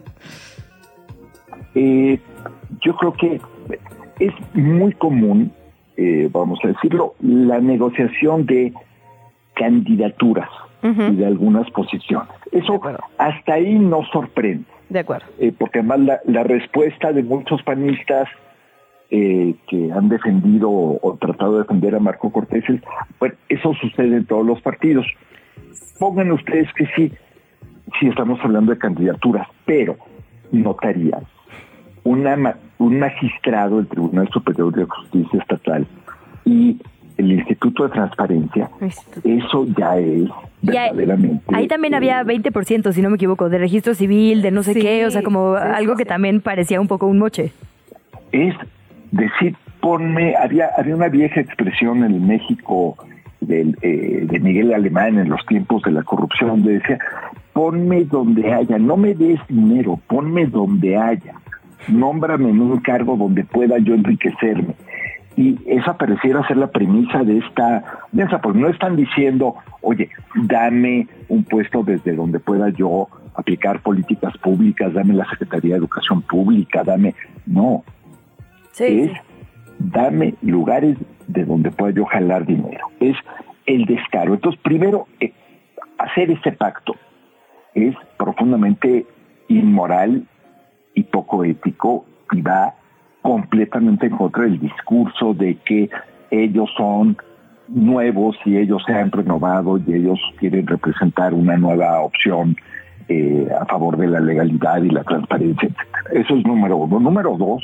Yo creo que es muy común, vamos a decirlo, la negociación de candidaturas y de algunas posiciones. Eso hasta ahí no sorprende. De acuerdo. Porque además la respuesta de muchos panistas que han defendido o tratado de defender a Marco Cortés es, bueno, eso sucede en todos los partidos. Pongan ustedes que sí estamos hablando de candidaturas, pero notarías, un magistrado del Tribunal Superior de Justicia Estatal y el Instituto de Transparencia, eso ya es verdaderamente... Ahí también había 20%, si no me equivoco, de registro civil, de no sé qué, o sea, como algo que también parecía un poco un moche. Es decir, había una vieja expresión en el México de Miguel Alemán en los tiempos de la corrupción, donde decía, ponme donde haya, no me des dinero, ponme donde haya, nómbrame en un cargo donde pueda yo enriquecerme. Y esa pareciera ser la premisa de esta, porque no están diciendo, oye, dame un puesto desde donde pueda yo aplicar políticas públicas, dame la Secretaría de Educación Pública, no. Es dame lugares de donde pueda yo jalar dinero. Es el descaro. Entonces, primero, hacer ese pacto es profundamente inmoral y poco ético, y va completamente en contra del discurso de que ellos son nuevos y ellos se han renovado y ellos quieren representar una nueva opción a favor de la legalidad y la transparencia, etc. Eso es número uno. Número dos,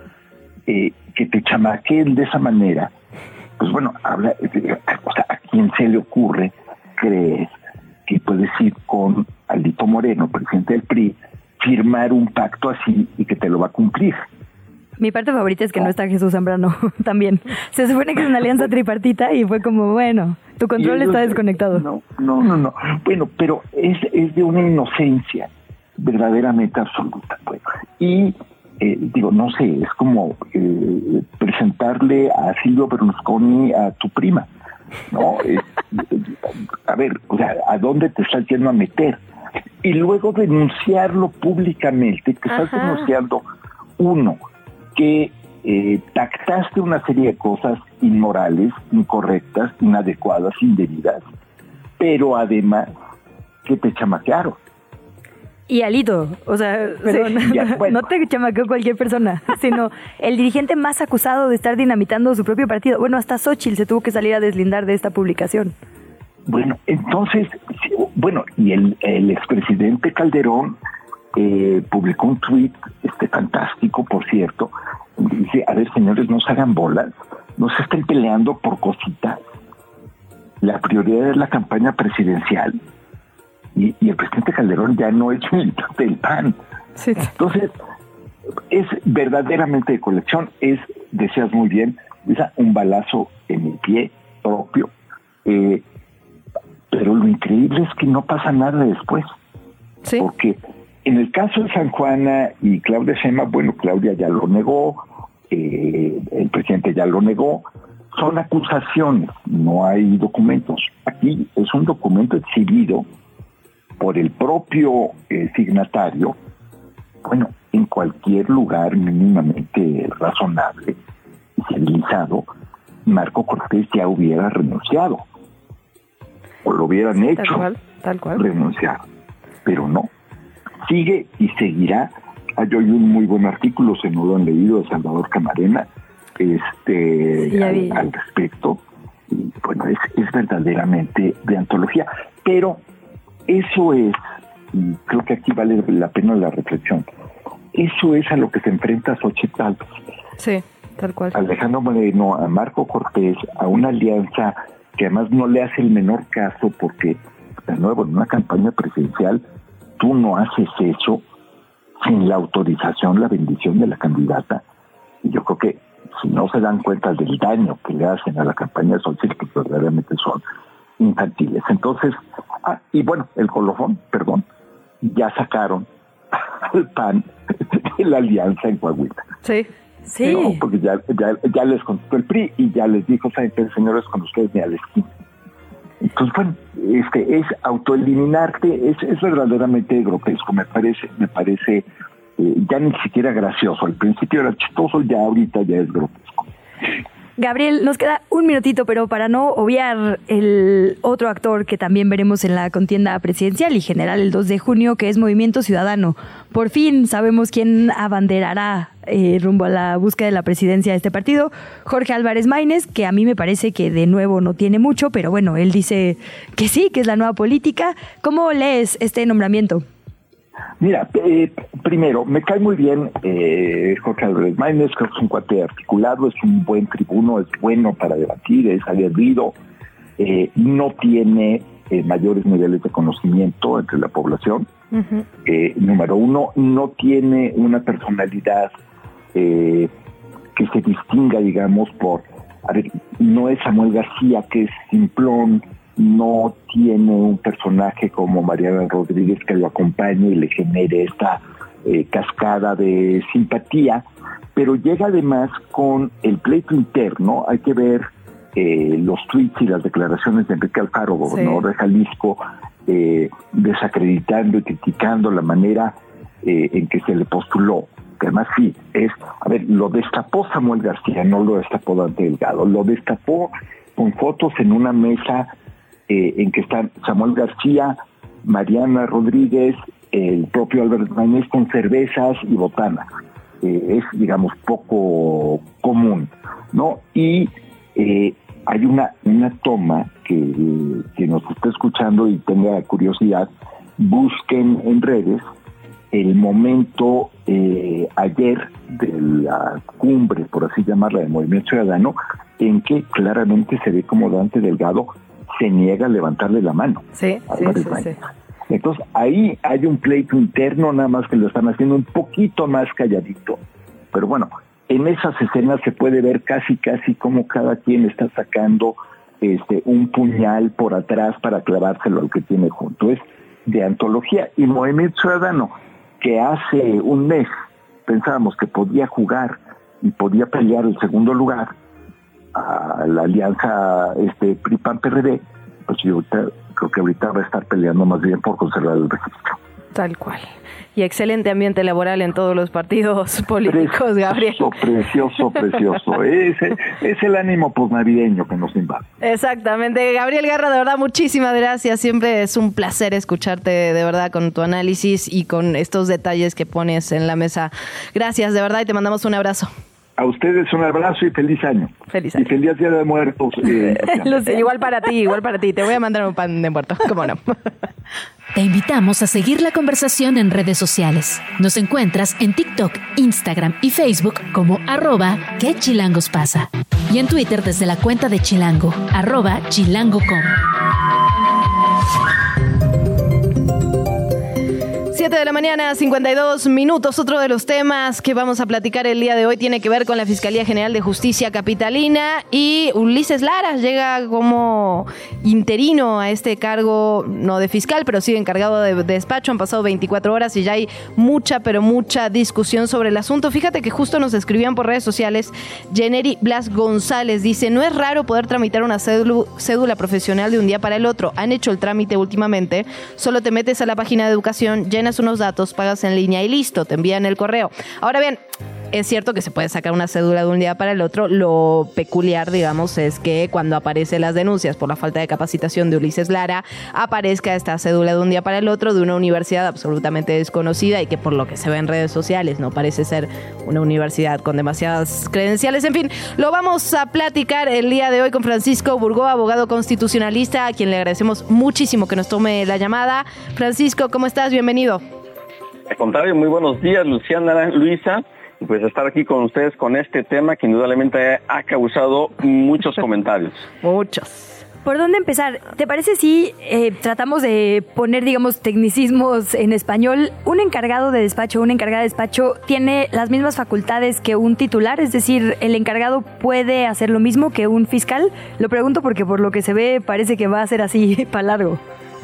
que te chamaqueen de esa manera, pues bueno, habla, o sea, ¿a quién se le ocurre, crees, que puedes ir con Alito Moreno, presidente del PRI, firmar un pacto así y que te lo va a cumplir? Mi parte favorita es que no está Jesús Zambrano también. Se supone que es una alianza tripartita y fue como, bueno, tu control está desconectado. No. Bueno, pero es de una inocencia verdaderamente absoluta. Pues. Y no sé, es como presentarle a Silvio Berlusconi a tu prima, ¿no? A ver, o sea, ¿a dónde te estás yendo a meter? Y luego denunciarlo públicamente, que estás denunciando, uno, que pactaste una serie de cosas inmorales, incorrectas, inadecuadas, indebidas, pero además que te chamaquearon. Y Alito, o sea, perdón, no te chamaqueó cualquier persona, sino el dirigente más acusado de estar dinamitando su propio partido. Bueno, hasta Xóchitl se tuvo que salir a deslindar de esta publicación. Bueno, entonces, y el expresidente Calderón publicó un tuit fantástico, por cierto, Dice, a ver, señores, no se hagan bolas, no se estén peleando por cositas. La prioridad es la campaña presidencial y el presidente Calderón ya no es militante del PAN. Sí. Entonces, es verdaderamente de colección, decías muy bien, es un balazo en el pie propio, pero lo increíble es que no pasa nada después. Sí. Porque en el caso de San Juana y Claudia Sheinbaum, bueno, Claudia ya lo negó, el presidente ya lo negó, son acusaciones, no hay documentos. Aquí es un documento exhibido por el propio signatario. Bueno, en cualquier lugar mínimamente razonable y civilizado, Marco Cortés ya hubiera renunciado, o lo hubieran hecho, tal cual. Renunciar, pero no, sigue y seguirá. Hay un muy buen artículo, si no lo han leído, de Salvador Camarena, al respecto, y bueno, es verdaderamente de antología, pero eso es, y creo que aquí vale la pena la reflexión, eso es a lo que se enfrenta Xochitl Gálvez. Sí, tal cual. Alejandro Moreno, a Marco Cortés, a una alianza que además no le hace el menor caso, porque, de nuevo, en una campaña presidencial, tú no haces eso sin la autorización, la bendición de la candidata. Y yo creo que si no se dan cuenta del daño que le hacen a la campaña de Xochitl, que verdaderamente son infantiles. Entonces, y bueno, el colofón, ya sacaron al PAN de la alianza en Coahuila. Sí. No, porque ya les contestó el PRI y ya les dijo, ¿saben qué, señores, con ustedes ni a la esquina? Entonces, bueno, es autoeliminarte, es verdaderamente grotesco, me parece ya ni siquiera gracioso. Al principio era chistoso, ya ahorita ya es grotesco. Gabriel, nos queda un minutito, pero para no obviar el otro actor que también veremos en la contienda presidencial y general el 2 de junio, que es Movimiento Ciudadano. Por fin sabemos quién abanderará rumbo a la búsqueda de la presidencia de este partido, Jorge Álvarez Maínez, que a mí me parece que de nuevo no tiene mucho, pero bueno, él dice que sí, que es la nueva política. ¿Cómo lees este nombramiento? Mira, primero, me cae muy bien Jorge Álvarez Maínez, creo que es un cuate articulado, es un buen tribuno, es bueno para debatir, es aguerrido, no tiene mayores niveles de conocimiento entre la población. Uh-huh. Número uno, no tiene una personalidad que se distinga, digamos, no es Samuel García, que es simplón, no tiene un personaje como Mariana Rodríguez que lo acompañe y le genere esta cascada de simpatía, pero llega además con el pleito interno. Hay que ver los tweets y las declaraciones de Enrique Alfaro, gobernador de Jalisco, desacreditando y criticando la manera en que se le postuló, que además lo destapó Samuel García, no lo destapó Dante Delgado, lo destapó con fotos en una mesa en que están Samuel García, Mariana Rodríguez, el propio Álvarez Maínez con cervezas y botanas. Es, digamos, poco común, ¿no? Y hay una toma que nos está escuchando y tenga curiosidad, busquen en redes el momento ayer de la cumbre, por así llamarla, del Movimiento Ciudadano, en que claramente se ve como Dante Delgado se niega a levantarle la mano. Sí. Entonces, ahí hay un pleito interno, nada más que lo están haciendo un poquito más calladito. Pero bueno, en esas escenas se puede ver casi como cada quien está sacando un puñal por atrás para clavárselo al que tiene junto. Es de antología. Y Movimiento Ciudadano, que hace un mes pensábamos que podía jugar y podía pelear el segundo lugar a la alianza PRI-PAN-PRD, pues yo creo que ahorita va a estar peleando más bien por conservar el registro. Tal cual. Y excelente ambiente laboral en todos los partidos políticos, Gabriel. Precioso. Es el ánimo posnavideño que nos invade. Exactamente. Gabriel Guerra, de verdad, muchísimas gracias. Siempre es un placer escucharte, de verdad, con tu análisis y con estos detalles que pones en la mesa. Gracias, de verdad, y te mandamos un abrazo. A ustedes un abrazo y feliz año. Feliz año. Y feliz Día de Muertos. Igual para ti. Te voy a mandar un pan de muerto. ¿Cómo no? Te invitamos a seguir la conversación en redes sociales. Nos encuentras en TikTok, Instagram y Facebook como @¿Qué chilangos pasa? Y en Twitter desde la cuenta de Chilango, @chilango.com. 7 de la mañana, 52 minutos. Otro de los temas que vamos a platicar el día de hoy tiene que ver con la Fiscalía General de Justicia Capitalina y Ulises Lara llega como interino a este cargo, no de fiscal, pero sí de encargado de despacho. Han pasado 24 horas y ya hay mucha discusión sobre el asunto. Fíjate que justo nos escribían por redes sociales. Jeneri Blas González dice, no es raro poder tramitar una cédula profesional de un día para el otro. Han hecho el trámite últimamente. Solo te metes a la página de educación, llenas unos datos, pagas en línea y listo, te envían el correo. Ahora bien, es cierto que se puede sacar una cédula de un día para el otro. Lo peculiar, digamos, es que cuando aparecen las denuncias por la falta de capacitación de Ulises Lara, aparezca esta cédula de un día para el otro de una universidad absolutamente desconocida y que por lo que se ve en redes sociales no parece ser una universidad con demasiadas credenciales. En fin, lo vamos a platicar el día de hoy con Francisco Burgó, abogado constitucionalista, a quien le agradecemos muchísimo que nos tome la llamada. Francisco, ¿cómo estás? Bienvenido. Al contrario, muy buenos días, Luciana, Luisa. Pues estar aquí con ustedes con este tema que indudablemente ha causado muchos comentarios. Muchos. ¿Por dónde empezar? ¿Te parece si tratamos de poner, digamos, tecnicismos en español? Un encargado de despacho, una encargada de despacho tiene las mismas facultades que un titular, es decir, ¿el encargado puede hacer lo mismo que un fiscal? Lo pregunto porque por lo que se ve parece que va a ser así para largo.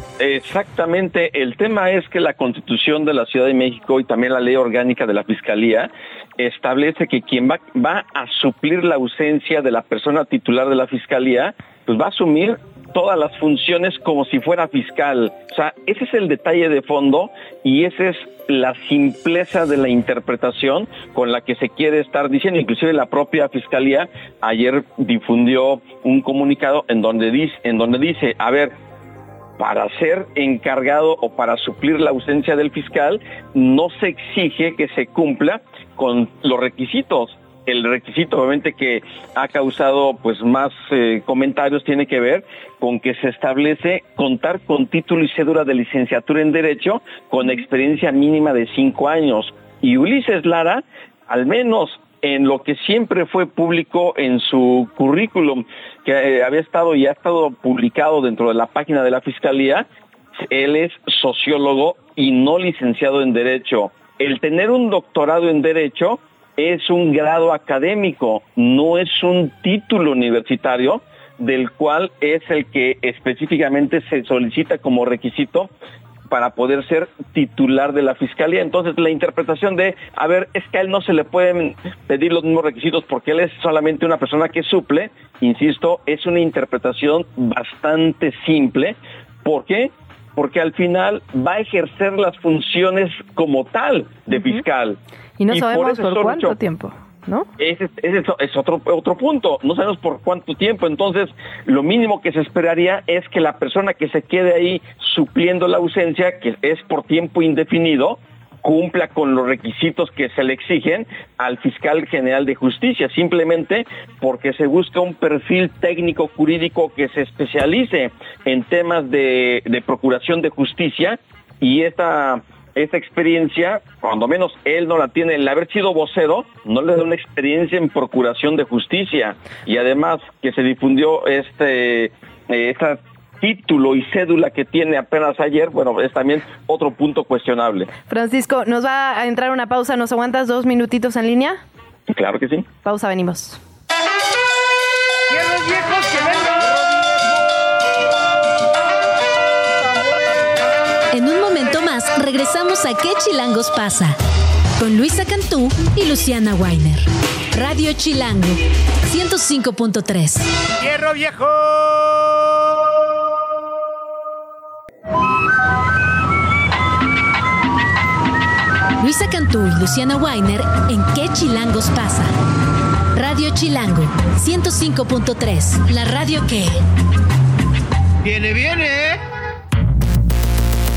Exactamente, el tema es que la Constitución de la Ciudad de México y también la Ley Orgánica de la Fiscalía establece que quien va a suplir la ausencia de la persona titular de la Fiscalía, pues va a asumir todas las funciones como si fuera fiscal. O sea, ese es el detalle de fondo y esa es la simpleza de la interpretación con la que se quiere estar diciendo. Inclusive la propia Fiscalía ayer difundió un comunicado en donde dice, a ver, para ser encargado o para suplir la ausencia del fiscal, no se exige que se cumpla con los requisitos. El requisito, obviamente, que ha causado pues más comentarios tiene que ver con que se establece contar con título y cédula de licenciatura en Derecho con experiencia mínima de 5 años. Y Ulises Lara, al menos en lo que siempre fue público en su currículum, que había estado y ha estado publicado dentro de la página de la Fiscalía, él es sociólogo y no licenciado en Derecho. El tener un doctorado en Derecho es un grado académico, no es un título universitario, del cual es el que específicamente se solicita como requisito para poder ser titular de la Fiscalía. Entonces, la interpretación de, a ver, es que a él no se le pueden pedir los mismos requisitos porque él es solamente una persona que suple, insisto, es una interpretación bastante simple. ¿Por qué? Porque al final va a ejercer las funciones como tal de fiscal. Y no sabemos por cuánto tiempo, ¿no? Ese es otro punto. No sabemos por cuánto tiempo. Entonces, lo mínimo que se esperaría es que la persona que se quede ahí supliendo la ausencia, que es por tiempo indefinido, cumpla con los requisitos que se le exigen al fiscal general de justicia, simplemente porque se busca un perfil técnico jurídico que se especialice en temas de procuración de justicia, y esta experiencia, cuando menos él no la tiene. El haber sido vocero no le da una experiencia en procuración de justicia, y además que se difundió este título y cédula que tiene apenas ayer, bueno, es también otro punto cuestionable. Francisco, nos va a entrar una pausa, ¿nos aguantas 2 minutitos en línea? Claro que sí. Pausa, venimos. ¡Hierros viejos que En un momento más regresamos a ¿Qué chilangos pasa? Con Luisa Cantú y Luciana Weiner. Radio Chilango 105.3. ¡Hierro viejo! Luisa Cantú y Luciana Weiner en ¿Qué chilangos pasa? Radio Chilango 105.3. La radio que... ¡Viene!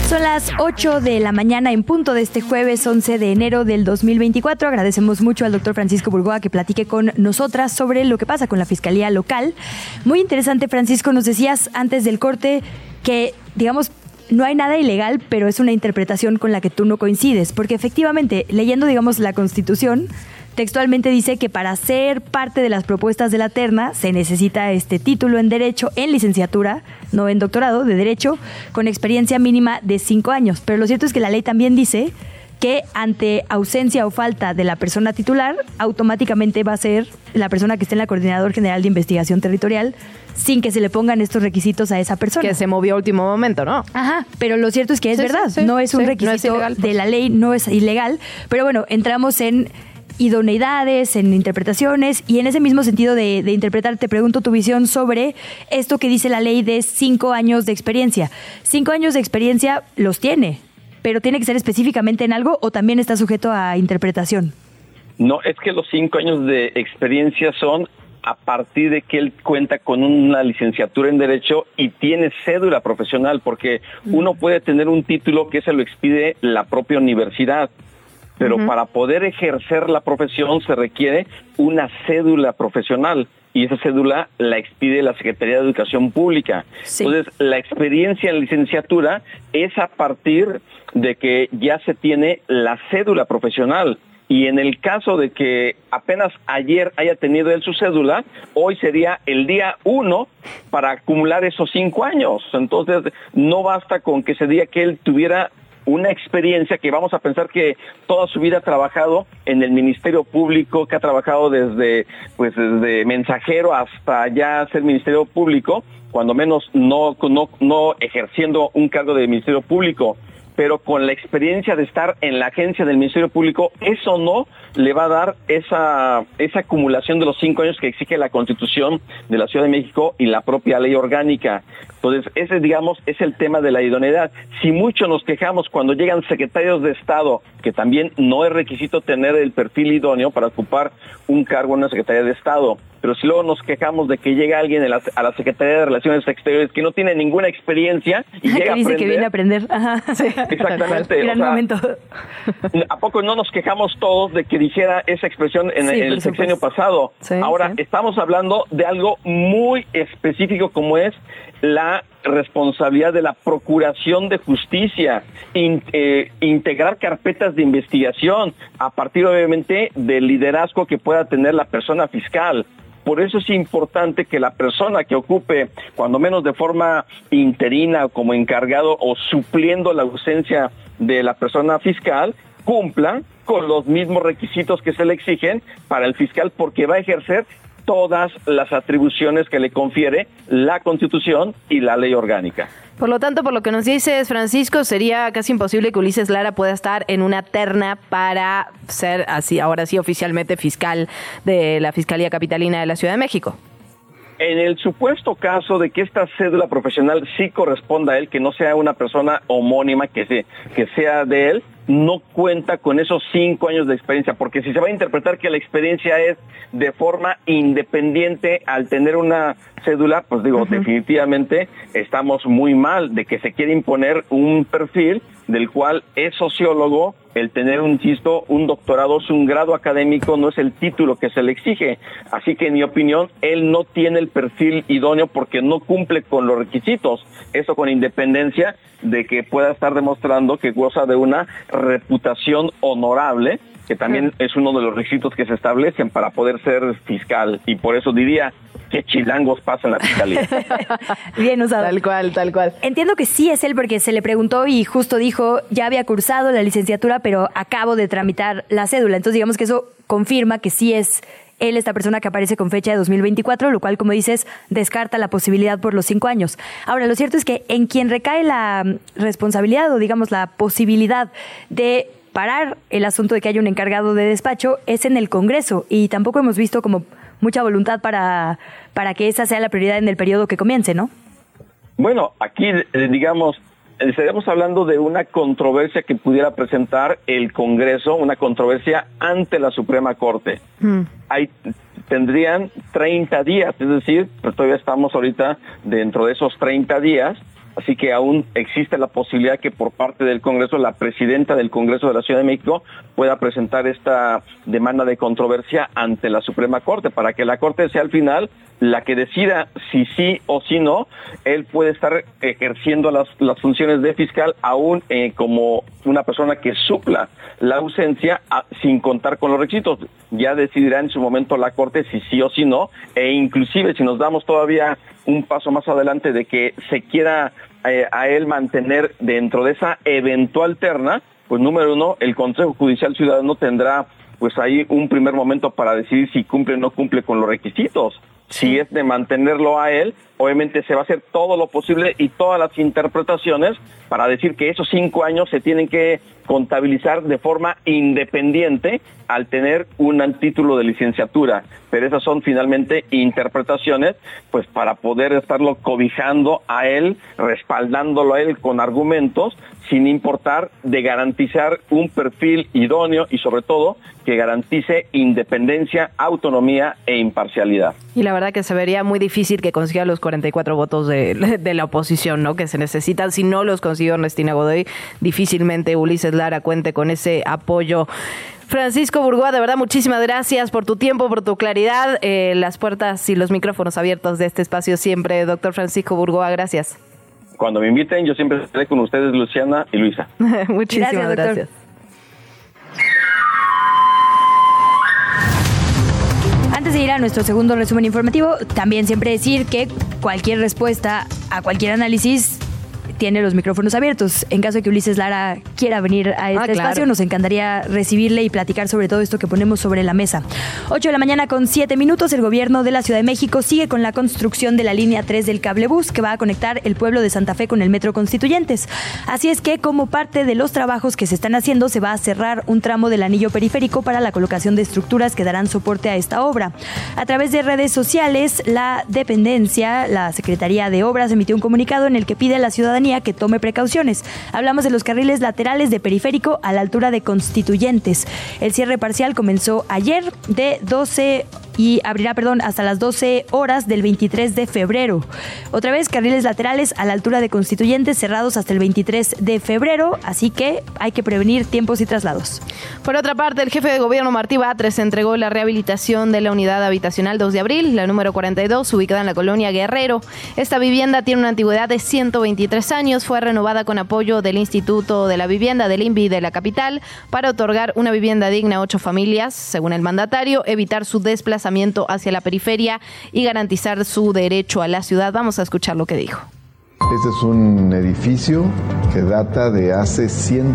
Son las 8 de la mañana en punto de este jueves 11 de enero del 2024. Agradecemos mucho al doctor Francisco Burgoa que platique con nosotras sobre lo que pasa con la Fiscalía Local. Muy interesante, Francisco, nos decías antes del corte que, digamos, no hay nada ilegal, pero es una interpretación con la que tú no coincides, porque efectivamente, leyendo, digamos, la Constitución, textualmente dice que para ser parte de las propuestas de la terna se necesita este título en Derecho, en licenciatura, no en doctorado, de Derecho, con experiencia mínima de 5 años. Pero lo cierto es que la ley también dice que ante ausencia o falta de la persona titular, automáticamente va a ser la persona que esté en la Coordinadora General de Investigación Territorial, sin que se le pongan estos requisitos a esa persona. Que se movió a último momento, ¿no? Ajá, pero lo cierto es que es verdad, no es un requisito no es ilegal, pues. De la ley, no es ilegal, pero bueno, entramos en idoneidades, en interpretaciones, y en ese mismo sentido de interpretar, te pregunto tu visión sobre esto que dice la ley de 5 años de experiencia. 5 años de experiencia los tiene, pero ¿tiene que ser específicamente en algo o también está sujeto a interpretación? No, es que los 5 años de experiencia son a partir de que él cuenta con una licenciatura en Derecho y tiene cédula profesional, porque uno puede tener un título que se lo expide la propia universidad, pero para poder ejercer la profesión se requiere una cédula profesional y esa cédula la expide la Secretaría de Educación Pública. Sí. Entonces, la experiencia en licenciatura es a partir de que ya se tiene la cédula profesional. Y en el caso de que apenas ayer haya tenido él su cédula, hoy sería el día 1 para acumular esos 5 años. Entonces, no basta con que se diga que él tuviera una experiencia, que vamos a pensar que toda su vida ha trabajado en el Ministerio Público, que ha trabajado desde mensajero hasta ya ser Ministerio Público, cuando menos no ejerciendo un cargo de Ministerio Público, pero con la experiencia de estar en la agencia del Ministerio Público, eso no le va a dar esa acumulación de los 5 años que exige la Constitución de la Ciudad de México y la propia ley orgánica. Entonces, ese, digamos, es el tema de la idoneidad. Si mucho nos quejamos cuando llegan secretarios de Estado, que también no es requisito tener el perfil idóneo para ocupar un cargo en una Secretaría de Estado, pero si luego nos quejamos de que llega alguien a la Secretaría de Relaciones Exteriores que no tiene ninguna experiencia y llega a aprender. Que viene a aprender. Ajá. Sí, exactamente. Gran momento. ¿A poco no nos quejamos todos de que dijera esa expresión en el sexenio pasado? Sí, ahora, estamos hablando de algo muy específico como es la responsabilidad de la Procuración de Justicia, integrar carpetas de investigación a partir, obviamente, del liderazgo que pueda tener la persona fiscal. Por eso es importante que la persona que ocupe, cuando menos de forma interina, como encargado o supliendo la ausencia de la persona fiscal, cumpla con los mismos requisitos que se le exigen para el fiscal, porque va a ejercer todas las atribuciones que le confiere la Constitución y la ley orgánica. Por lo tanto, por lo que nos dices, Francisco, sería casi imposible que Ulises Lara pueda estar en una terna para ser así, ahora sí, oficialmente fiscal de la Fiscalía Capitalina de la Ciudad de México. En el supuesto caso de que esta cédula profesional sí corresponda a él, que no sea una persona homónima, que sea de él, no cuenta con esos 5 años de experiencia, porque si se va a interpretar que la experiencia es de forma independiente al tener una cédula, pues digo, definitivamente estamos muy mal de que se quiere imponer un perfil del cual es sociólogo. El tener un doctorado es un grado académico, no es el título que se le exige. Así que, en mi opinión, él no tiene el perfil idóneo porque no cumple con los requisitos. Eso con independencia de que pueda estar demostrando que goza de una reputación honorable, que también es uno de los requisitos que se establecen para poder ser fiscal. Y por eso diría, ¿qué chilangos pasa en la fiscalía? Bien usado. Tal cual. Entiendo que sí es él porque se le preguntó y justo dijo, ya había cursado la licenciatura, pero acabo de tramitar la cédula. Entonces digamos que eso confirma que sí es él, esta persona que aparece con fecha de 2024, lo cual, como dices, descarta la posibilidad por los 5 años. Ahora, lo cierto es que en quien recae la responsabilidad o, digamos, la posibilidad de parar el asunto de que haya un encargado de despacho es en el Congreso, y tampoco hemos visto como mucha voluntad para que esa sea la prioridad en el periodo que comience, ¿no? Bueno, aquí, digamos, estaríamos hablando de una controversia que pudiera presentar el Congreso, una controversia ante la Suprema Corte. Tendrían 30 días, es decir, pues todavía estamos ahorita dentro de esos 30 días así que aún existe la posibilidad que por parte del Congreso, la presidenta del Congreso de la Ciudad de México pueda presentar esta demanda de controversia ante la Suprema Corte, para que la Corte sea al final la que decida si sí o si no. Él puede estar ejerciendo las funciones de fiscal aún como una persona que supla la ausencia sin contar con los requisitos. Ya decidirá en su momento la Corte si sí o si no, e inclusive si nos damos todavía un paso más adelante de que se quiera a él mantener dentro de esa eventual terna, pues número uno, el Consejo Judicial Ciudadano tendrá pues ahí un primer momento para decidir si cumple o no cumple con los requisitos. Si es de mantenerlo a él, obviamente se va a hacer todo lo posible y todas las interpretaciones para decir que esos 5 años se tienen que contabilizar de forma independiente al tener un título de licenciatura. Pero esas son finalmente interpretaciones, pues para poder estarlo cobijando a él, respaldándolo a él con argumentos, sin importar de garantizar un perfil idóneo y sobre todo que garantice independencia, autonomía e imparcialidad. Y la verdad que se vería muy difícil que consiga los 44 votos de la oposición, ¿no? Que se necesitan. Si no los consiguió Ernestina Godoy, difícilmente Ulises Lara cuente con ese apoyo. Francisco Burgoa, de verdad, muchísimas gracias por tu tiempo, por tu claridad. Las puertas y los micrófonos abiertos de este espacio siempre. Doctor Francisco Burgoa, gracias. Cuando me inviten, yo siempre estaré con ustedes, Luciana y Luisa. Muchísimas gracias. Antes de ir a nuestro segundo resumen informativo, también siempre decir que cualquier respuesta a cualquier análisis tiene los micrófonos abiertos. En caso de que Ulises Lara quiera venir a este espacio, nos encantaría recibirle y platicar sobre todo esto que ponemos sobre la mesa. 8 de la mañana con 7 minutos, el gobierno de la Ciudad de México sigue con la construcción de la línea 3 del cablebús que va a conectar el pueblo de Santa Fe con el Metro Constituyentes. Así es que, como parte de los trabajos que se están haciendo, se va a cerrar un tramo del anillo periférico para la colocación de estructuras que darán soporte a esta obra. A través de redes sociales, la dependencia, la Secretaría de Obras, emitió un comunicado en el que pide a la ciudadanía que tome precauciones. Hablamos de los carriles laterales de periférico a la altura de Constituyentes. El cierre parcial comenzó ayer de 12 y abrirá, hasta las 12 horas del 23 de febrero. Otra vez, carriles laterales a la altura de Constituyentes cerrados hasta el 23 de febrero, así que hay que prevenir tiempos y traslados. Por otra parte, el jefe de gobierno Martí Batres entregó la rehabilitación de la unidad habitacional 2 de abril, la número 42, ubicada en la colonia Guerrero. Esta vivienda tiene una antigüedad de 123 años, fue renovada con apoyo del Instituto de la Vivienda del INVI de la capital para otorgar una vivienda digna a 8 familias, según el mandatario, evitar su desplazamiento hacia la periferia y garantizar su derecho a la ciudad. Vamos a escuchar lo que dijo. Este es un edificio que data de hace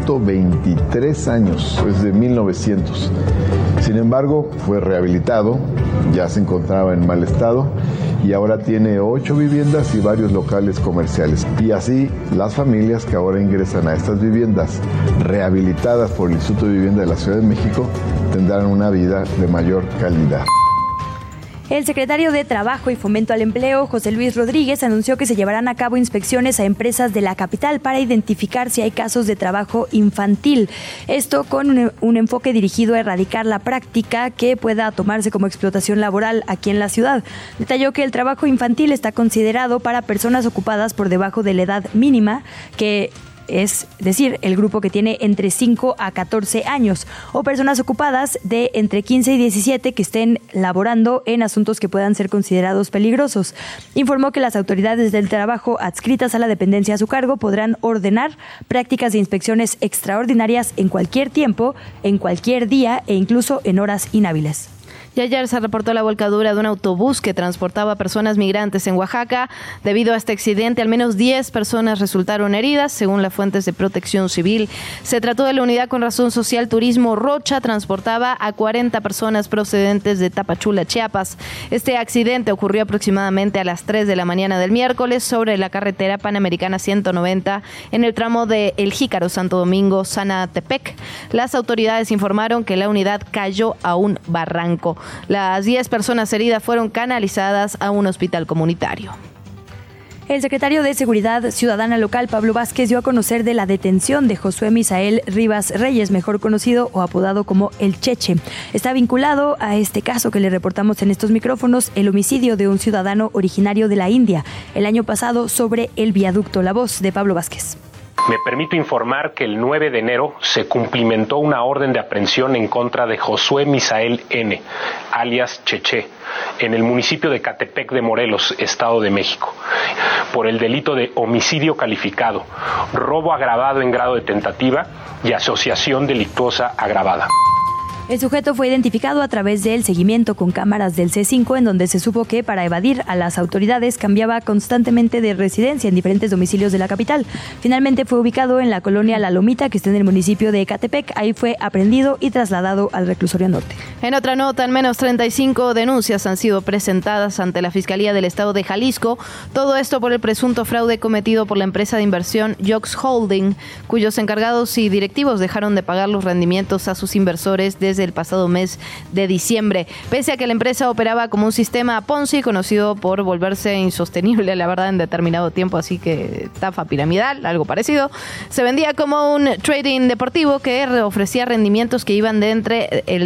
123 años, es de 1900. Sin embargo, fue rehabilitado, ya se encontraba en mal estado y ahora tiene 8 viviendas y varios locales comerciales. Y así, las familias que ahora ingresan a estas viviendas rehabilitadas por el Instituto de Vivienda de la Ciudad de México tendrán una vida de mayor calidad. El secretario de Trabajo y Fomento al Empleo, José Luis Rodríguez, anunció que se llevarán a cabo inspecciones a empresas de la capital para identificar si hay casos de trabajo infantil. Esto con un enfoque dirigido a erradicar la práctica que pueda tomarse como explotación laboral aquí en la ciudad. Detalló que el trabajo infantil está considerado para personas ocupadas por debajo de la edad mínima, que es decir, el grupo que tiene entre 5 a 14 años, o personas ocupadas de entre 15 y 17 que estén laborando en asuntos que puedan ser considerados peligrosos. Informó que las autoridades del trabajo adscritas a la dependencia a su cargo podrán ordenar prácticas de inspecciones extraordinarias en cualquier tiempo, en cualquier día e incluso en horas inhábiles. Y ayer se reportó la volcadura de un autobús que transportaba personas migrantes en Oaxaca. Debido a este accidente, al menos 10 personas resultaron heridas, según las fuentes de Protección Civil. Se trató de la unidad con razón social Turismo Rocha, transportaba a 40 personas procedentes de Tapachula, Chiapas. Este accidente ocurrió aproximadamente a las 3 de la mañana del miércoles sobre la carretera Panamericana 190 en el tramo de El Jícaro, Santo Domingo, Zanatepec. Las autoridades informaron que la unidad cayó a un barranco. Las 10 personas heridas fueron canalizadas a un hospital comunitario. El secretario de Seguridad Ciudadana local, Pablo Vázquez, dio a conocer de la detención de Josué Misael Rivas Reyes, mejor conocido o apodado como El Cheche. Está vinculado a este caso que le reportamos en estos micrófonos, el homicidio de un ciudadano originario de la India el año pasado sobre el viaducto. La voz de Pablo Vázquez. Me permito informar que el 9 de enero se cumplimentó una orden de aprehensión en contra de Josué Misael N., alias Cheche, en el municipio de Catepec de Morelos, Estado de México, por el delito de homicidio calificado, robo agravado en grado de tentativa y asociación delictuosa agravada. El sujeto fue identificado a través del seguimiento con cámaras del C5, en donde se supo que para evadir a las autoridades cambiaba constantemente de residencia en diferentes domicilios de la capital. Finalmente fue ubicado en la colonia La Lomita, que está en el municipio de Ecatepec. Ahí fue aprehendido y trasladado al reclusorio norte. En otra nota, al menos 35 denuncias han sido presentadas ante la Fiscalía del Estado de Jalisco. Todo esto por el presunto fraude cometido por la empresa de inversión Yox Holding, cuyos encargados y directivos dejaron de pagar los rendimientos a sus inversores desde el pasado mes de diciembre. Pese a que la empresa operaba como un sistema Ponzi, conocido por volverse insostenible, la verdad, en determinado tiempo, así que estafa piramidal, algo parecido, se vendía como un trading deportivo que ofrecía rendimientos que iban de entre el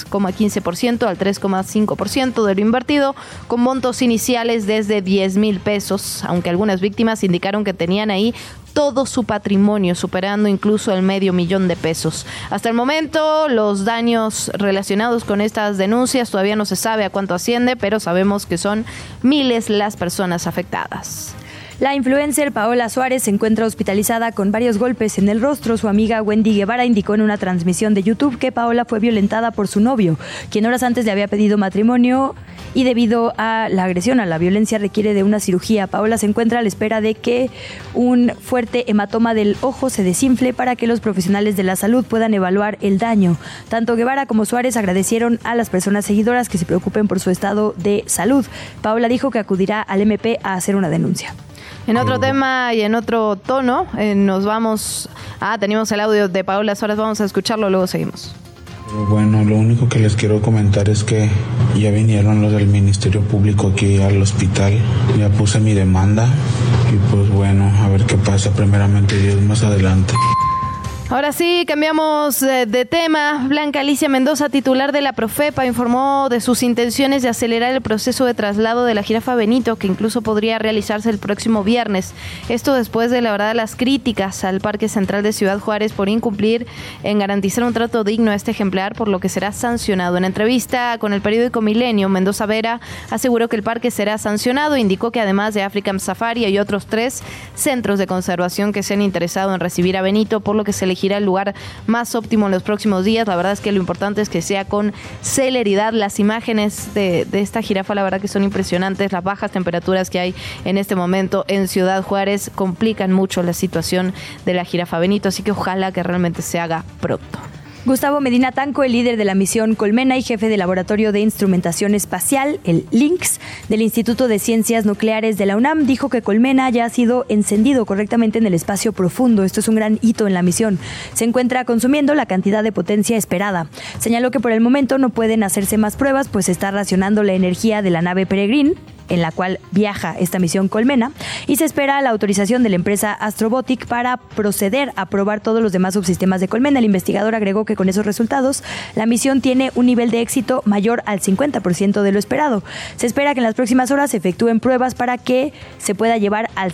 3,15% al 3,5% de lo invertido, con montos iniciales desde 10,000 pesos, aunque algunas víctimas indicaron que tenían ahí todo su patrimonio, superando incluso el $500,000 de pesos. Hasta el momento, los daños relacionados con estas denuncias todavía no se sabe a cuánto asciende, pero sabemos que son miles las personas afectadas. La influencer Paola Suárez se encuentra hospitalizada con varios golpes en el rostro. Su amiga Wendy Guevara indicó en una transmisión de YouTube que Paola fue violentada por su novio, quien horas antes le había pedido matrimonio, y debido a la agresión, a la violencia, requiere de una cirugía. Paola se encuentra a la espera de que un fuerte hematoma del ojo se desinfle para que los profesionales de la salud puedan evaluar el daño. Tanto Guevara como Suárez agradecieron a las personas seguidoras que se preocupen por su estado de salud. Paola dijo que acudirá al MP a hacer una denuncia. En otro tema y en otro tono, nos vamos... tenemos el audio de Paola Suárez, vamos a escucharlo, luego seguimos. Bueno, lo único que les quiero comentar es que ya vinieron los del Ministerio Público aquí al hospital, ya puse mi demanda y pues bueno, a ver qué pasa, primeramente Dios, más adelante. Ahora sí, cambiamos de tema. Blanca Alicia Mendoza, titular de la Profepa, informó de sus intenciones de acelerar el proceso de traslado de la jirafa Benito, que incluso podría realizarse el próximo viernes. Esto después de, la verdad, las críticas al Parque Central de Ciudad Juárez por incumplir en garantizar un trato digno a este ejemplar, por lo que será sancionado. En entrevista con el periódico Milenio, Mendoza Vera aseguró que el parque será sancionado. Indicó que además de African Safari hay otros 3 centros de conservación que se han interesado en recibir a Benito, por lo que se elegirá el lugar más óptimo en los próximos días. La verdad es que lo importante es que sea con celeridad. Las imágenes de esta jirafa, la verdad que son impresionantes. Las bajas temperaturas que hay en este momento en Ciudad Juárez complican mucho la situación de la jirafa Benito, así que ojalá que realmente se haga pronto. Gustavo Medina Tanco, el líder de la misión Colmena y jefe del Laboratorio de Instrumentación Espacial, el LINX, del Instituto de Ciencias Nucleares de la UNAM, dijo que Colmena ya ha sido encendido correctamente en el espacio profundo. Esto es un gran hito en la misión. Se encuentra consumiendo la cantidad de potencia esperada. Señaló que por el momento no pueden hacerse más pruebas, pues está racionando la energía de la nave Peregrine, en la cual viaja esta misión Colmena, y se espera la autorización de la empresa Astrobotic para proceder a probar todos los demás subsistemas de Colmena. El investigador agregó que con esos resultados, la misión tiene un nivel de éxito mayor al 50% de lo esperado. Se espera que en las próximas horas se efectúen pruebas para que se pueda llevar al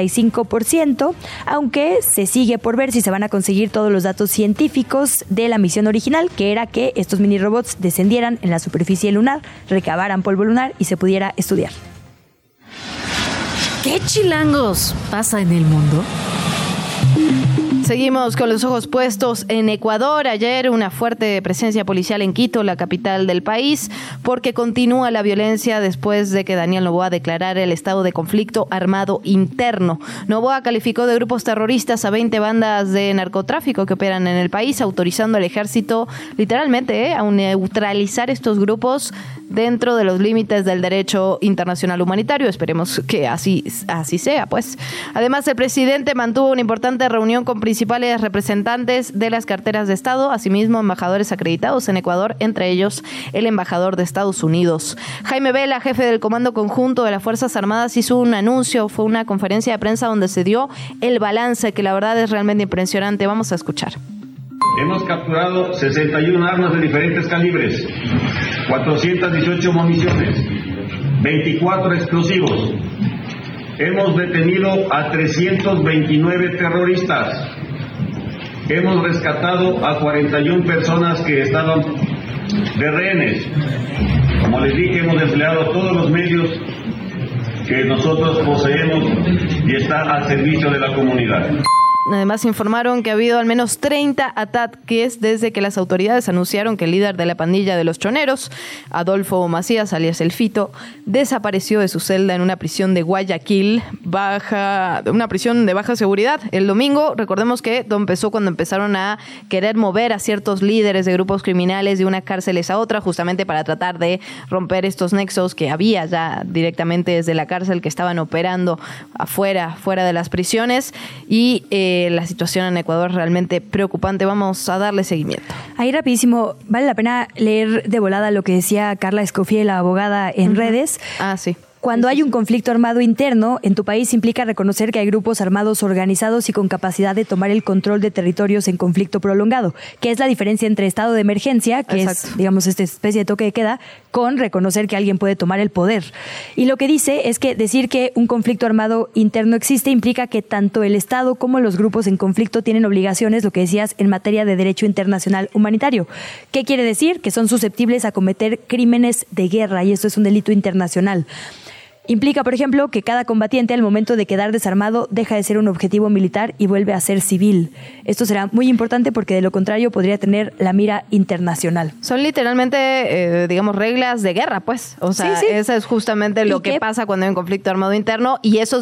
75%, aunque se sigue por ver si se van a conseguir todos los datos científicos de la misión original, que era que estos mini robots descendieran en la superficie lunar, recabaran polvo lunar y se pudiera estudiar. ¿Qué chilangos pasa en el mundo? Seguimos con los ojos puestos en Ecuador. Ayer una fuerte presencia policial en Quito, la capital del país, porque continúa la violencia después de que Daniel Noboa declarara el estado de conflicto armado interno. Noboa calificó de grupos terroristas a 20 bandas de narcotráfico que operan en el país, autorizando al ejército literalmente a neutralizar estos grupos dentro de los límites del derecho internacional humanitario. Esperemos que así sea, pues. Además, el presidente mantuvo una importante reunión con principales principales representantes de las carteras de Estado, asimismo embajadores acreditados en Ecuador, entre ellos el embajador de Estados Unidos. Jaime Vela, jefe del Comando Conjunto de las Fuerzas Armadas, hizo un anuncio, fue una conferencia de prensa donde se dio el balance, que la verdad es realmente impresionante. Vamos a escuchar. Hemos capturado 61 armas de diferentes calibres, 418 municiones, 24 explosivos. Hemos detenido a 329 terroristas. Hemos rescatado a 41 personas que estaban de rehenes. Como les dije, hemos empleado todos los medios que nosotros poseemos y está al servicio de la comunidad. Además informaron que ha habido al menos 30 ataques desde que las autoridades anunciaron que el líder de la pandilla de los choneros, Adolfo Macías, alias El Fito, desapareció de su celda en una prisión de Guayaquil, una prisión de baja seguridad. El domingo, recordemos que todo empezó cuando empezaron a querer mover a ciertos líderes de grupos criminales de unas cárceles a otra, justamente para tratar de romper estos nexos que había ya directamente desde la cárcel, que estaban operando fuera de las prisiones, y la situación en Ecuador es realmente preocupante. Vamos a darle seguimiento. Ahí rapidísimo, vale la pena leer de volada lo que decía Carla Escofié, la abogada, en redes. Sí. Cuando hay un conflicto armado interno en tu país, implica reconocer que hay grupos armados organizados y con capacidad de tomar el control de territorios en conflicto prolongado, que es la diferencia entre estado de emergencia, que es, digamos, esta especie de toque de queda, con reconocer que alguien puede tomar el poder. Y lo que dice es que decir que un conflicto armado interno existe implica que tanto el Estado como los grupos en conflicto tienen obligaciones, lo que decías, en materia de derecho internacional humanitario. ¿Qué quiere decir? Que son susceptibles a cometer crímenes de guerra, y esto es un delito internacional. Implica, por ejemplo, que cada combatiente al momento de quedar desarmado deja de ser un objetivo militar y vuelve a ser civil. Esto será muy importante porque de lo contrario podría tener la mira internacional. Son literalmente, digamos, reglas de guerra, pues. O sea, sí. Eso es justamente lo que pasa cuando hay un conflicto armado interno,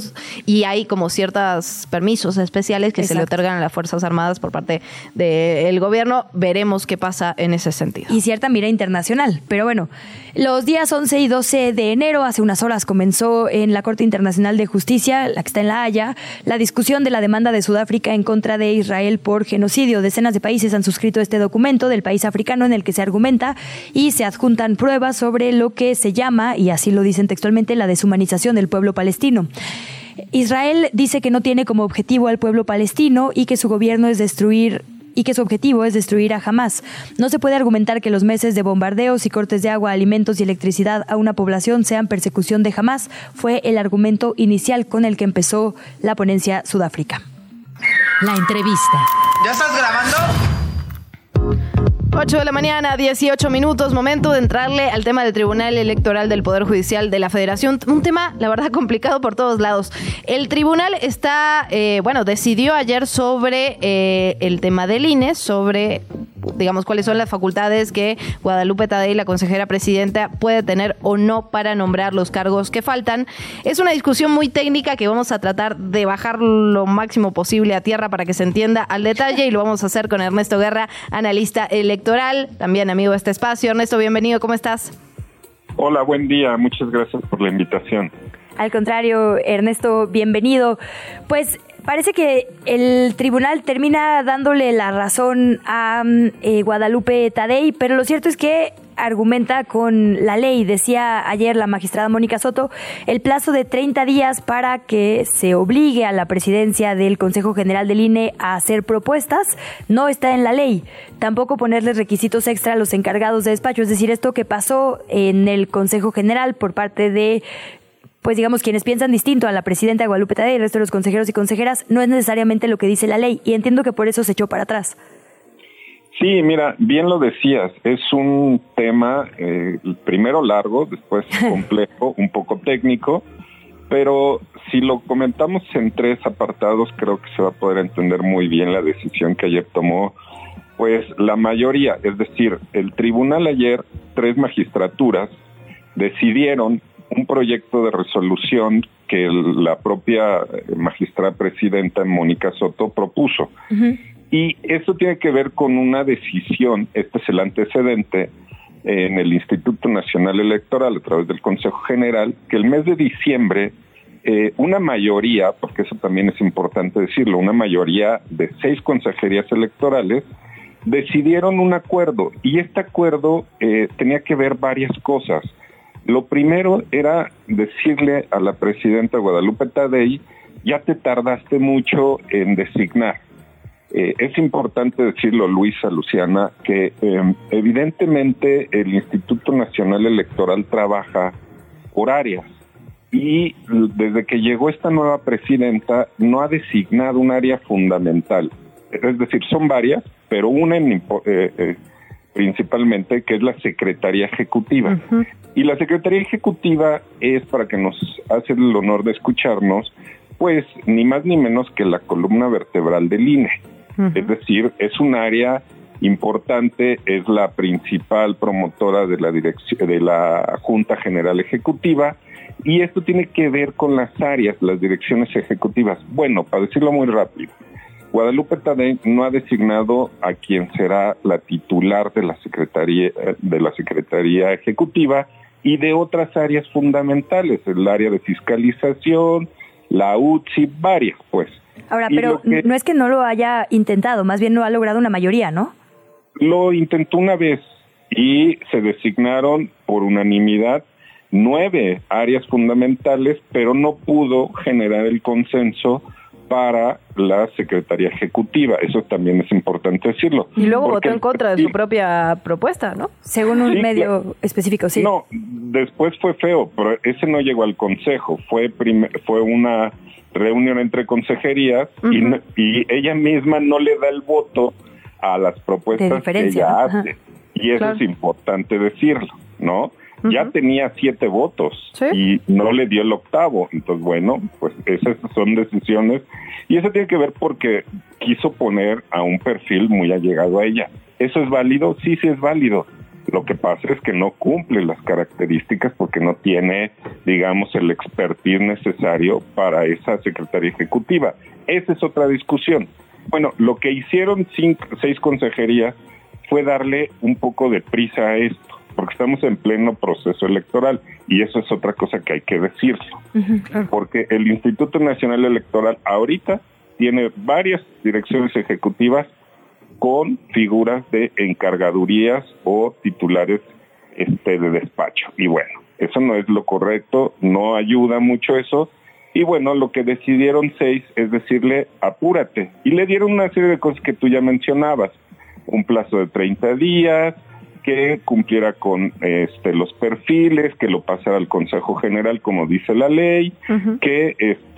y hay como ciertos permisos especiales que se le otorgan a las Fuerzas Armadas por parte del gobierno. Veremos qué pasa en ese sentido. Y cierta mira internacional. Pero bueno, los días 11 y 12 de enero, hace unas horas, comenzó en la Corte Internacional de Justicia, la que está en La Haya, la discusión de la demanda de Sudáfrica en contra de Israel por genocidio. Decenas de países han suscrito este documento del país africano en el que se argumenta y se adjuntan pruebas sobre lo que se llama, y así lo dicen textualmente, la deshumanización del pueblo palestino. Israel dice que no tiene como objetivo al pueblo palestino y que su objetivo es destruir a Hamás. No se puede argumentar que los meses de bombardeos y cortes de agua, alimentos y electricidad a una población sean persecución de Hamás. Fue el argumento inicial con el que empezó la ponencia Sudáfrica. La entrevista. ¿Ya estás grabando? 8 de la mañana, 18 minutos, momento de entrarle al tema del Tribunal Electoral del Poder Judicial de la Federación. Un tema, la verdad, complicado por todos lados. El tribunal decidió ayer sobre el tema del INE, sobre, digamos, cuáles son las facultades que Guadalupe Tadei, la consejera presidenta, puede tener o no para nombrar los cargos que faltan. Es una discusión muy técnica que vamos a tratar de bajar lo máximo posible a tierra para que se entienda al detalle, y lo vamos a hacer con Ernesto Guerra, analista electoral, también amigo de este espacio. Ernesto, bienvenido, ¿cómo estás? Hola, buen día, muchas gracias por la invitación. Al contrario, Ernesto, bienvenido. Pues parece que el tribunal termina dándole la razón a Guadalupe Tadei, pero lo cierto es que argumenta con la ley. Decía ayer la magistrada Mónica Soto, el plazo de 30 días para que se obligue a la presidencia del Consejo General del INE a hacer propuestas no está en la ley. Tampoco ponerles requisitos extra a los encargados de despacho. Es decir, esto que pasó en el Consejo General por parte de, pues digamos, quienes piensan distinto a la presidenta Guadalupe Tadei y el resto de los consejeros y consejeras, no es necesariamente lo que dice la ley, y entiendo que por eso se echó para atrás. Sí, mira, bien lo decías, es un tema primero largo, después complejo, un poco técnico, pero si lo comentamos en 3 apartados, creo que se va a poder entender muy bien la decisión que ayer tomó, pues la mayoría, es decir, el tribunal ayer, 3 magistraturas, decidieron un proyecto de resolución que la propia magistrada presidenta Mónica Soto propuso. Uh-huh. Y esto tiene que ver con una decisión, este es el antecedente, en el Instituto Nacional Electoral, a través del Consejo General, que el mes de diciembre una mayoría, porque eso también es importante decirlo, una mayoría de 6 consejerías electorales decidieron un acuerdo, y este acuerdo tenía que ver varias cosas. Lo primero era decirle a la presidenta Guadalupe Tadei: ya te tardaste mucho en designar. Es importante decirlo, Luciana, que evidentemente el Instituto Nacional Electoral trabaja por áreas, y desde que llegó esta nueva presidenta no ha designado un área fundamental. Es decir, son varias, pero una principalmente, que es la Secretaría Ejecutiva. Uh-huh. Y la Secretaría Ejecutiva es, para que nos hace el honor de escucharnos, pues ni más ni menos que la columna vertebral del INE. Uh-huh. Es decir, es un área importante, es la principal promotora de la dirección de la Junta General Ejecutiva, y esto tiene que ver con las áreas, las direcciones ejecutivas. Bueno, para decirlo muy rápido, Guadalupe Tadei no ha designado a quien será la titular de la Secretaría Ejecutiva y de otras áreas fundamentales, el área de fiscalización, la UTSI, varias, pues. Ahora, pero no es que no lo haya intentado, más bien no ha logrado una mayoría, ¿no? Lo intentó una vez y se designaron por unanimidad 9 áreas fundamentales, pero no pudo generar el consenso para la Secretaría Ejecutiva. Eso también es importante decirlo. Y luego votó en contra de su propia propuesta, ¿no? Según un medio específico, sí. No, después fue feo, pero ese no llegó al Consejo. Fue una reunión entre consejerías, uh-huh, y ella misma no le da el voto a las propuestas que ella hace. Y eso es importante decirlo, ¿no? Uh-huh. Ya tenía 7 votos, ¿sí?, y no le dio el 8º. Entonces, bueno, pues esas son decisiones, y eso tiene que ver porque quiso poner a un perfil muy allegado a ella. ¿Eso es válido? Sí, sí es válido. Lo que pasa es que no cumple las características porque no tiene, digamos, el expertise necesario para esa Secretaría Ejecutiva. Esa es otra discusión. Bueno, lo que hicieron 6 consejerías fue darle un poco de prisa a esto, porque estamos en pleno proceso electoral, y eso es otra cosa que hay que decirlo. Uh-huh. Porque el Instituto Nacional Electoral ahorita tiene varias direcciones ejecutivas con figuras de encargadurías o titulares de despacho. Y bueno, eso no es lo correcto, no ayuda mucho eso. Y bueno, lo que decidieron 6 es decirle: apúrate. Y le dieron una serie de cosas que tú ya mencionabas. Un plazo de 30 días, que cumpliera con los perfiles, que lo pasara al Consejo General como dice la ley, uh-huh, que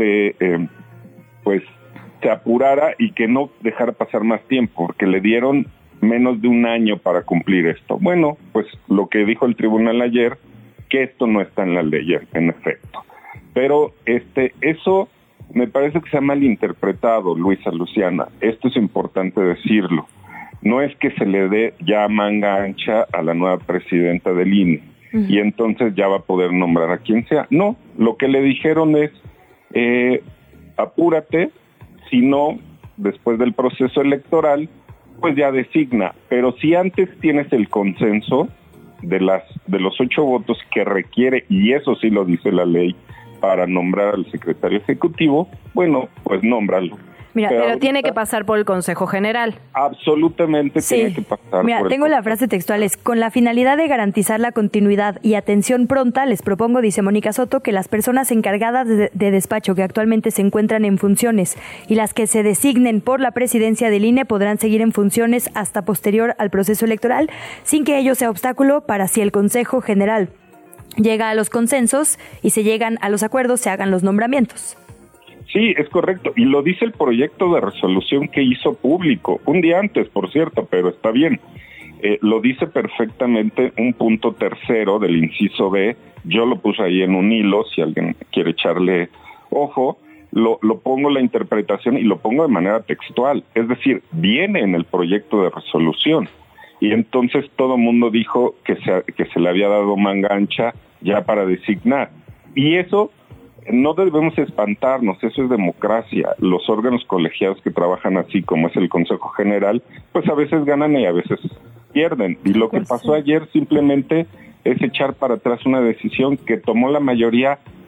pues se apurara y que no dejara pasar más tiempo, porque le dieron menos de un año para cumplir esto. Bueno, pues lo que dijo el tribunal ayer, que esto no está en la ley, en efecto. Pero eso me parece que se ha malinterpretado, Luciana. Esto es importante decirlo. No es que se le dé ya manga ancha a la nueva presidenta del INE, uh-huh, y entonces ya va a poder nombrar a quien sea. No, lo que le dijeron es: apúrate, si no, después del proceso electoral, pues ya designa. Pero si antes tienes el consenso de los 8 votos que requiere, y eso sí lo dice la ley, para nombrar al secretario ejecutivo, bueno, pues nómbralo. Mira, pero tiene que pasar por el Consejo General. Absolutamente, sí, tiene que pasar. Mira, tengo la frase textual, es: con la finalidad de garantizar la continuidad y atención pronta, les propongo, dice Mónica Soto, que las personas encargadas de despacho que actualmente se encuentran en funciones y las que se designen por la presidencia del INE podrán seguir en funciones hasta posterior al proceso electoral, sin que ello sea obstáculo para, si el Consejo General llega a los consensos y se llegan a los acuerdos, se hagan los nombramientos. Sí, es correcto, y lo dice el proyecto de resolución que hizo público, un día antes, por cierto, pero está bien. Lo dice perfectamente un punto 3 del inciso B, yo lo puse ahí en un hilo, si alguien quiere echarle ojo, lo pongo la interpretación y lo pongo de manera textual, es decir, viene en el proyecto de resolución, y entonces todo el mundo dijo que se le había dado manga ancha ya para designar, y eso no debemos espantarnos, eso es democracia. Los órganos colegiados que trabajan así, como es el Consejo General, pues a veces ganan y a veces pierden. Y lo que pasó ayer simplemente es echar para atrás una decisión que tomó la mayoría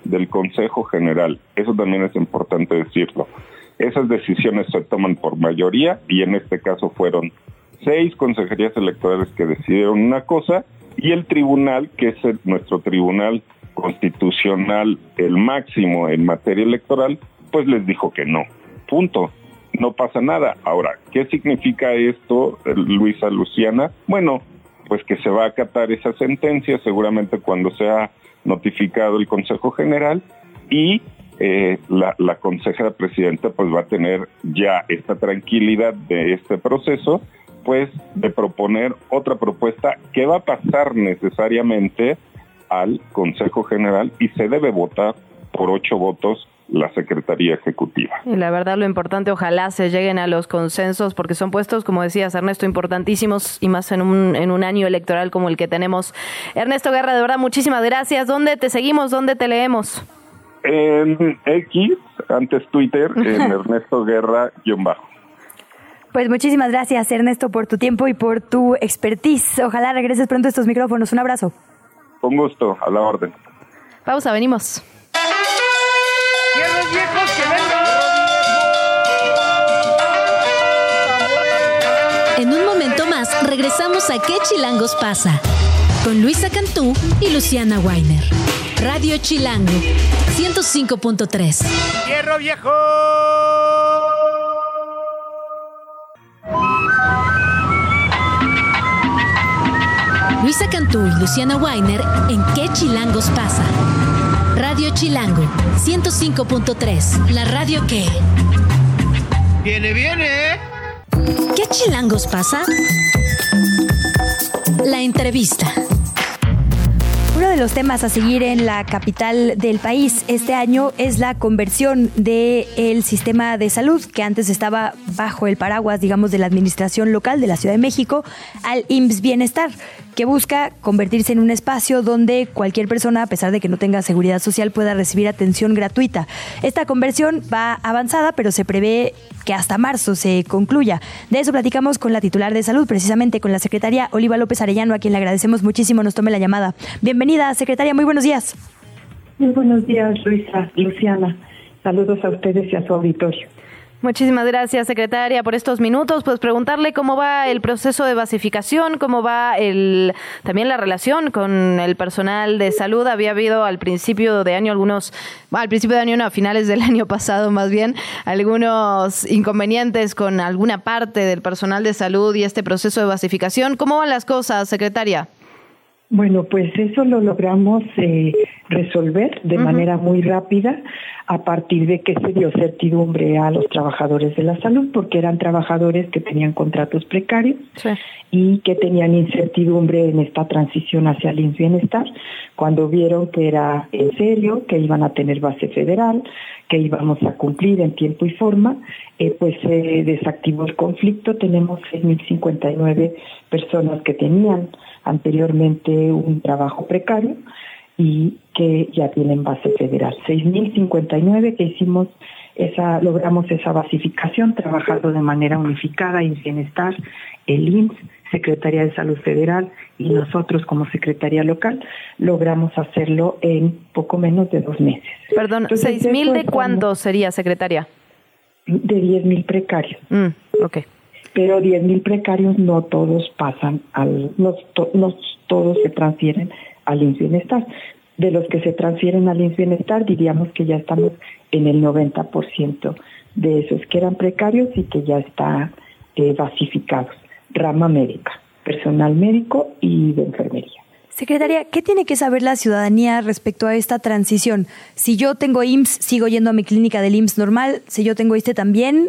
del Consejo General. Eso también es importante decirlo. Esas decisiones se toman por mayoría y en este caso fueron 6 consejerías electorales que decidieron una cosa y el tribunal, que es nuestro tribunal constitucional, el máximo en materia electoral, pues les dijo que no. Punto. No pasa nada. Ahora, ¿qué significa esto, Luisa, Luciana? Bueno, pues que se va a acatar esa sentencia seguramente cuando sea notificado el Consejo General y la consejera presidenta pues va a tener ya esta tranquilidad de este proceso, pues de proponer otra propuesta que va a pasar necesariamente al Consejo General y se debe votar por 8 votos la Secretaría Ejecutiva. Y la verdad, lo importante, ojalá se lleguen a los consensos, porque son puestos, como decías, Ernesto, importantísimos, y más en un año electoral como el que tenemos. Ernesto Guerra, de verdad, muchísimas gracias. ¿Dónde te seguimos? ¿Dónde te leemos? En X, antes Twitter, en Ernesto Guerra-bajo. Pues muchísimas gracias, Ernesto, por tu tiempo y por tu expertise. Ojalá regreses pronto a estos micrófonos. Un abrazo. Con gusto, a la orden. Pausa, venimos. ¡Fierros viejos que vengan! En un momento más regresamos a ¿Qué chilangos pasa? Con Luisa Cantú y Luciana Weiner. Radio Chilango 105.3. ¡Fierro viejo! Luisa Cantú y Luciana Weiner en ¿Qué chilangos pasa? Radio Chilango 105.3, la radio que... ¡Viene! ¿Qué chilangos pasa? La entrevista. Uno de los temas a seguir en la capital del país este año es la conversión del sistema de salud, que antes estaba bajo el paraguas, digamos, de la administración local de la Ciudad de México, al IMSS Bienestar, que busca convertirse en un espacio donde cualquier persona, a pesar de que no tenga seguridad social, pueda recibir atención gratuita. Esta conversión va avanzada, pero se prevé que hasta marzo se concluya. De eso platicamos con la titular de salud, precisamente con la secretaria Oliva López Arellano, a quien le agradecemos muchísimo nos tome la llamada. Bienvenida, secretaria, muy buenos días. Muy buenos días, Luisa, Luciana. Saludos a ustedes y a su auditorio. Muchísimas gracias, secretaria, por estos minutos. Pues preguntarle cómo va el proceso de basificación, cómo va también la relación con el personal de salud. Había habido al principio de año a finales del año pasado más bien, algunos inconvenientes con alguna parte del personal de salud y este proceso de basificación. ¿Cómo van las cosas, secretaria? Bueno, pues eso lo logramos resolver de manera muy rápida a partir de que se dio certidumbre a los trabajadores de la salud, porque eran trabajadores que tenían contratos precarios y que tenían incertidumbre en esta transición hacia el IMSS Bienestar. Cuando vieron que era en serio, que iban a tener base federal, que íbamos a cumplir en tiempo y forma, pues se desactivó el conflicto. Tenemos 6.059 personas que tenían anteriormente un trabajo precario y que ya tienen base federal. 6.059 que logramos esa basificación trabajando de manera unificada en Bienestar, el IMSS, Secretaría de Salud Federal y nosotros como Secretaría Local logramos hacerlo en poco menos de 2 meses. Perdón, entonces, ¿6.000 de cuánto sería, secretaria? De 10.000 precarios. Ok. Pero 10.000 precarios no todos pasan no todos se transfieren al IMSS Bienestar. De los que se transfieren al IMSS Bienestar, diríamos que ya estamos en el 90% de esos que eran precarios y que ya están basificados. Rama médica, personal médico y de enfermería. Secretaria, ¿qué tiene que saber la ciudadanía respecto a esta transición? Si yo tengo IMSS, sigo yendo a mi clínica del IMSS normal. Si yo tengo ISSSTE también,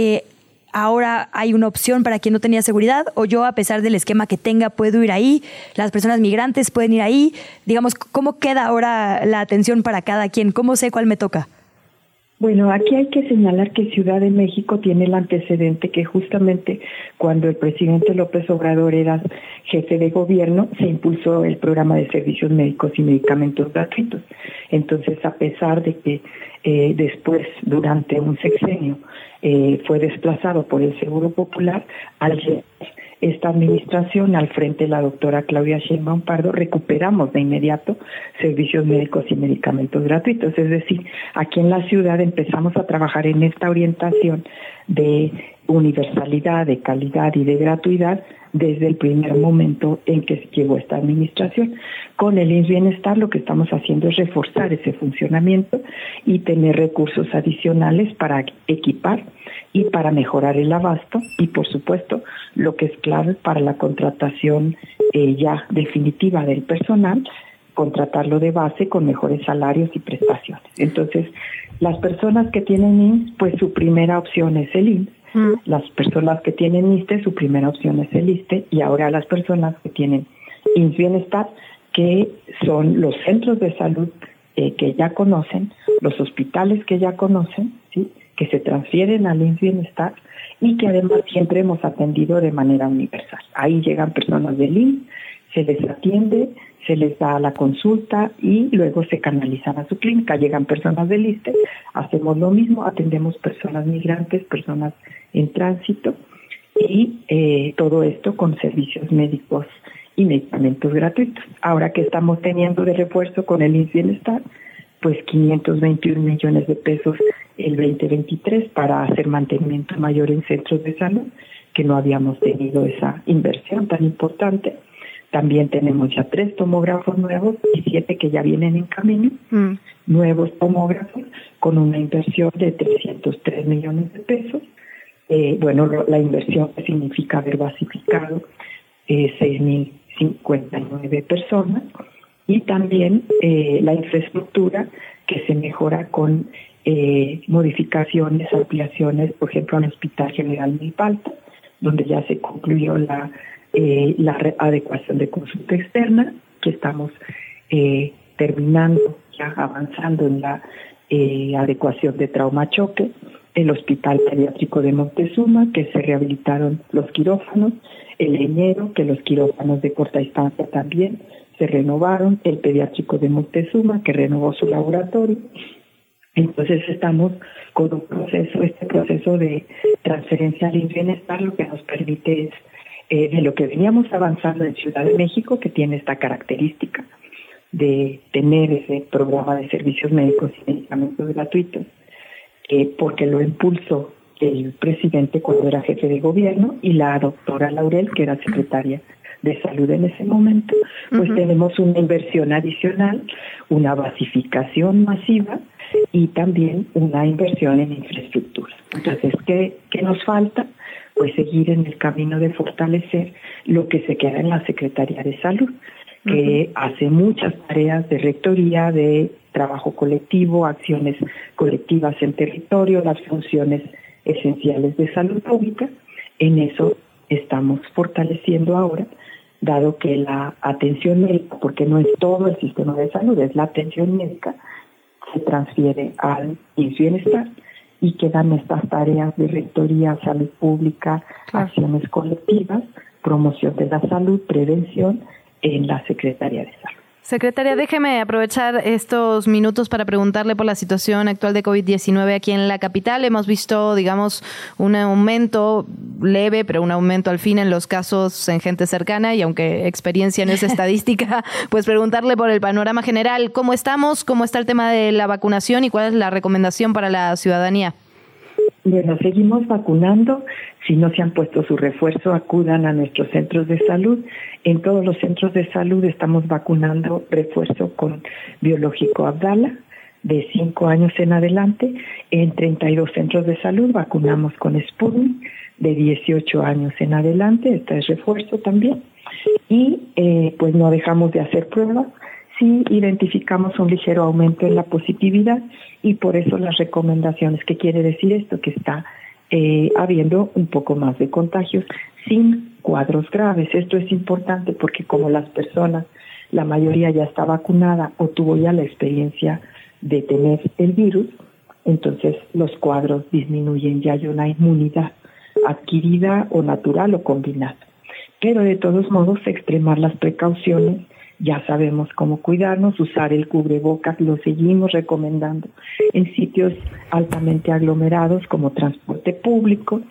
ahora hay una opción para quien no tenía seguridad, o yo, a pesar del esquema que tenga, puedo ir ahí, las personas migrantes pueden ir ahí. Digamos, ¿cómo queda ahora la atención para cada quien? ¿Cómo sé cuál me toca? Bueno, aquí hay que señalar que Ciudad de México tiene el antecedente que justamente cuando el presidente López Obrador era jefe de gobierno, se impulsó el programa de servicios médicos y medicamentos gratuitos. Entonces, a pesar de que después, durante un sexenio, fue desplazado por el Seguro Popular, al llegar esta administración, al frente de la doctora Claudia Sheinbaum Pardo, recuperamos de inmediato servicios médicos y medicamentos gratuitos. Es decir, aquí en la ciudad empezamos a trabajar en esta orientación de universalidad, de calidad y de gratuidad desde el primer momento en que llegó esta administración. Con el IMSS Bienestar lo que estamos haciendo es reforzar ese funcionamiento y tener recursos adicionales para equipar y para mejorar el abasto y, por supuesto, lo que es clave para la contratación ya definitiva del personal, contratarlo de base con mejores salarios y prestaciones. Entonces, las personas que tienen IMSS, pues su primera opción es el IMSS. Las personas que tienen ISSSTE, su primera opción es el ISSSTE, y ahora las personas que tienen IMSS Bienestar, que son los centros de salud que ya conocen, los hospitales que ya conocen, ¿sí?, que se transfieren al IMSS Bienestar y que además siempre hemos atendido de manera universal. Ahí llegan personas del IMSS, se les atiende, se les da la consulta y luego se canalizan a su clínica. Llegan personas del ISSSTE, hacemos lo mismo, atendemos personas migrantes, personas en tránsito y todo esto con servicios médicos y medicamentos gratuitos. Ahora que estamos teniendo de refuerzo con el IMSS Bienestar, pues 521 millones de pesos el 2023 para hacer mantenimiento mayor en centros de salud, que no habíamos tenido esa inversión tan importante. También tenemos ya 3 tomógrafos nuevos y 7 que ya vienen en camino, nuevos tomógrafos con una inversión de 303 millones de pesos. La inversión significa haber basificado 6.059 personas y también la infraestructura que se mejora con modificaciones, ampliaciones, por ejemplo, al Hospital General Milpalta, donde ya se concluyó la adecuación de consulta externa, que estamos terminando, ya avanzando en la adecuación de trauma choque, el Hospital Pediátrico de Moctezuma, que se rehabilitaron los quirófanos, el Leñero, que los quirófanos de corta distancia también se renovaron, el Pediátrico de Moctezuma, que renovó su laboratorio. Entonces estamos con un proceso, este proceso de transferencia al IMSS Bienestar, lo que nos permite es de lo que veníamos avanzando en Ciudad de México, que tiene esta característica de tener ese programa de servicios médicos y medicamentos gratuitos, porque lo impulsó el presidente cuando era jefe de gobierno y la doctora Laurel, que era secretaria de salud en ese momento, pues tenemos una inversión adicional, una basificación masiva y también una inversión en infraestructura. Entonces, ¿qué nos falta? Pues seguir en el camino de fortalecer lo que se queda en la Secretaría de Salud, que hace muchas tareas de rectoría, de trabajo colectivo, acciones colectivas en territorio, las funciones esenciales de salud pública. En eso estamos fortaleciendo ahora, dado que la atención médica, porque no es todo el sistema de salud, es la atención médica, se transfiere al IMSS Bienestar y quedan estas tareas de rectoría, salud pública, acciones colectivas, promoción de la salud, prevención en la Secretaría de Salud. Secretaria, déjeme aprovechar estos minutos para preguntarle por la situación actual de COVID-19 aquí en la capital. Hemos visto, digamos, un aumento leve, pero un aumento al fin en los casos en gente cercana y aunque experiencia no es estadística, pues preguntarle por el panorama general. ¿Cómo estamos? ¿Cómo está el tema de la vacunación y cuál es la recomendación para la ciudadanía? Bueno, seguimos vacunando. Si no se han puesto su refuerzo, acudan a nuestros centros de salud. En todos los centros de salud estamos vacunando refuerzo con biológico Abdala de 5 años en adelante. En 32 centros de salud vacunamos con Sputnik de 18 años en adelante. Este es refuerzo también. Y pues no dejamos de hacer pruebas. Sí identificamos un ligero aumento en la positividad y por eso las recomendaciones. ¿Qué quiere decir esto? Que está habiendo un poco más de contagios sin cuadros graves. Esto es importante porque como las personas, la mayoría ya está vacunada o tuvo ya la experiencia de tener el virus, entonces los cuadros disminuyen, ya hay una inmunidad adquirida o natural o combinada. Pero de todos modos, extremar las precauciones. Ya sabemos cómo cuidarnos, usar el cubrebocas, lo seguimos recomendando en sitios altamente aglomerados como transporte público,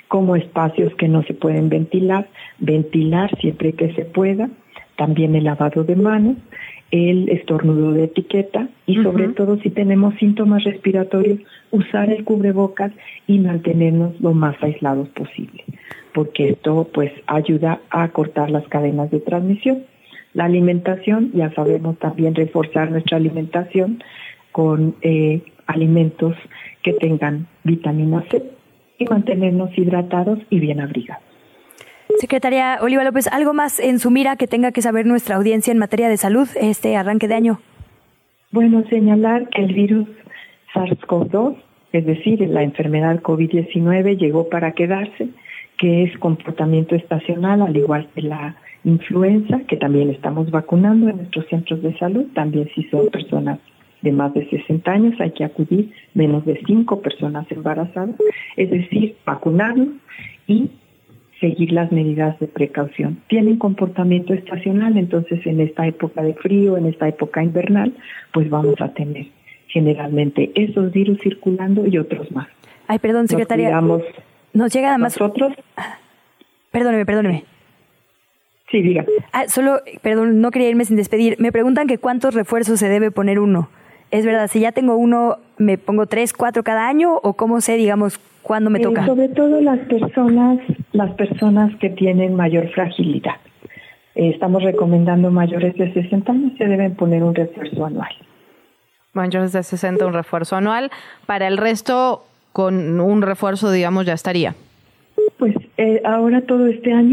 como espacios que no se pueden ventilar siempre que se pueda, también el lavado de manos, el estornudo de etiqueta y sobre todo si tenemos síntomas respiratorios, usar el cubrebocas y mantenernos lo más aislados posible, porque esto pues ayuda a cortar las cadenas de transmisión. La alimentación, ya sabemos también reforzar nuestra alimentación con alimentos que tengan vitamina C y mantenernos hidratados y bien abrigados. Secretaria Oliva López, ¿algo más en su mira que tenga que saber nuestra audiencia en materia de salud este arranque de año? Bueno, señalar que el virus SARS-CoV-2, es decir, la enfermedad COVID-19 llegó para quedarse, que es comportamiento estacional, al igual que la influenza, que también estamos vacunando en nuestros centros de salud, también si son personas de más de 60 años, hay que acudir, menos de 5 personas embarazadas, es decir, vacunarnos y seguir las medidas de precaución. Tienen comportamiento estacional, entonces en esta época de frío, en esta época invernal, pues vamos a tener generalmente esos virus circulando y otros más. Ay, perdón, secretaria. Nos llega además... Nosotros... Perdóneme. Sí, diga. Solo, perdón, no quería irme sin despedir. Me preguntan que cuántos refuerzos se debe poner uno. ¿Es verdad? Si ya tengo uno, ¿me pongo 3, 4 cada año? ¿O cómo sé, digamos, cuándo me toca? Sobre todo las personas que tienen mayor fragilidad. Estamos recomendando mayores de 60 años, se deben poner un refuerzo anual. Mayores de 60, un refuerzo anual. Para el resto, con un refuerzo, digamos, ya estaría. Pues ahora todo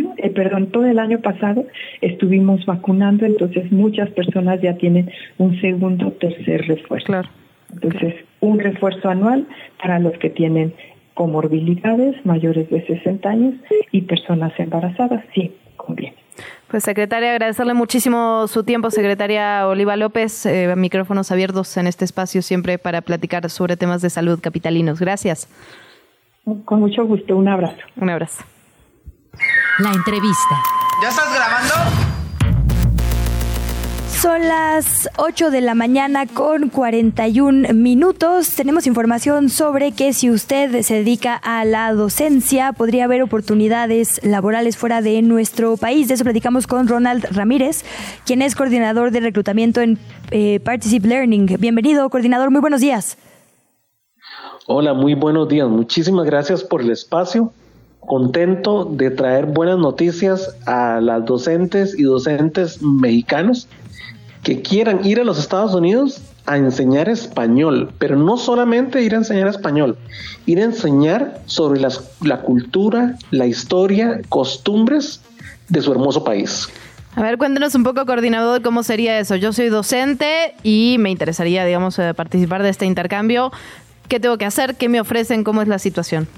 el año pasado estuvimos vacunando, entonces muchas personas ya tienen un segundo o tercer refuerzo. Claro. Entonces, un refuerzo anual para los que tienen comorbilidades mayores de 60 años y personas embarazadas, sí, conviene. Pues, secretaria, agradecerle muchísimo su tiempo, secretaria Oliva López, micrófonos abiertos en este espacio siempre para platicar sobre temas de salud capitalinos. Gracias. Con mucho gusto, un abrazo. Un abrazo. La entrevista. ¿Ya estás grabando? Son las 8 de la mañana con 41 minutos. Tenemos información sobre que si usted se dedica a la docencia, podría haber oportunidades laborales fuera de nuestro país. De eso platicamos con Ronald Ramírez, quien es coordinador de reclutamiento en Particip Learning. Bienvenido, coordinador. Muy buenos días. Hola, muy buenos días. Muchísimas gracias por el espacio. Contento de traer buenas noticias a las docentes y docentes mexicanos que quieran ir a los Estados Unidos a enseñar español, pero no solamente ir a enseñar español, ir a enseñar sobre la cultura, la historia, costumbres de su hermoso país. A ver, cuéntenos un poco, coordinador, cómo sería eso. Yo soy docente y me interesaría, digamos, participar de este intercambio. ¿Qué tengo que hacer? ¿Qué me ofrecen? ¿Cómo es la situación?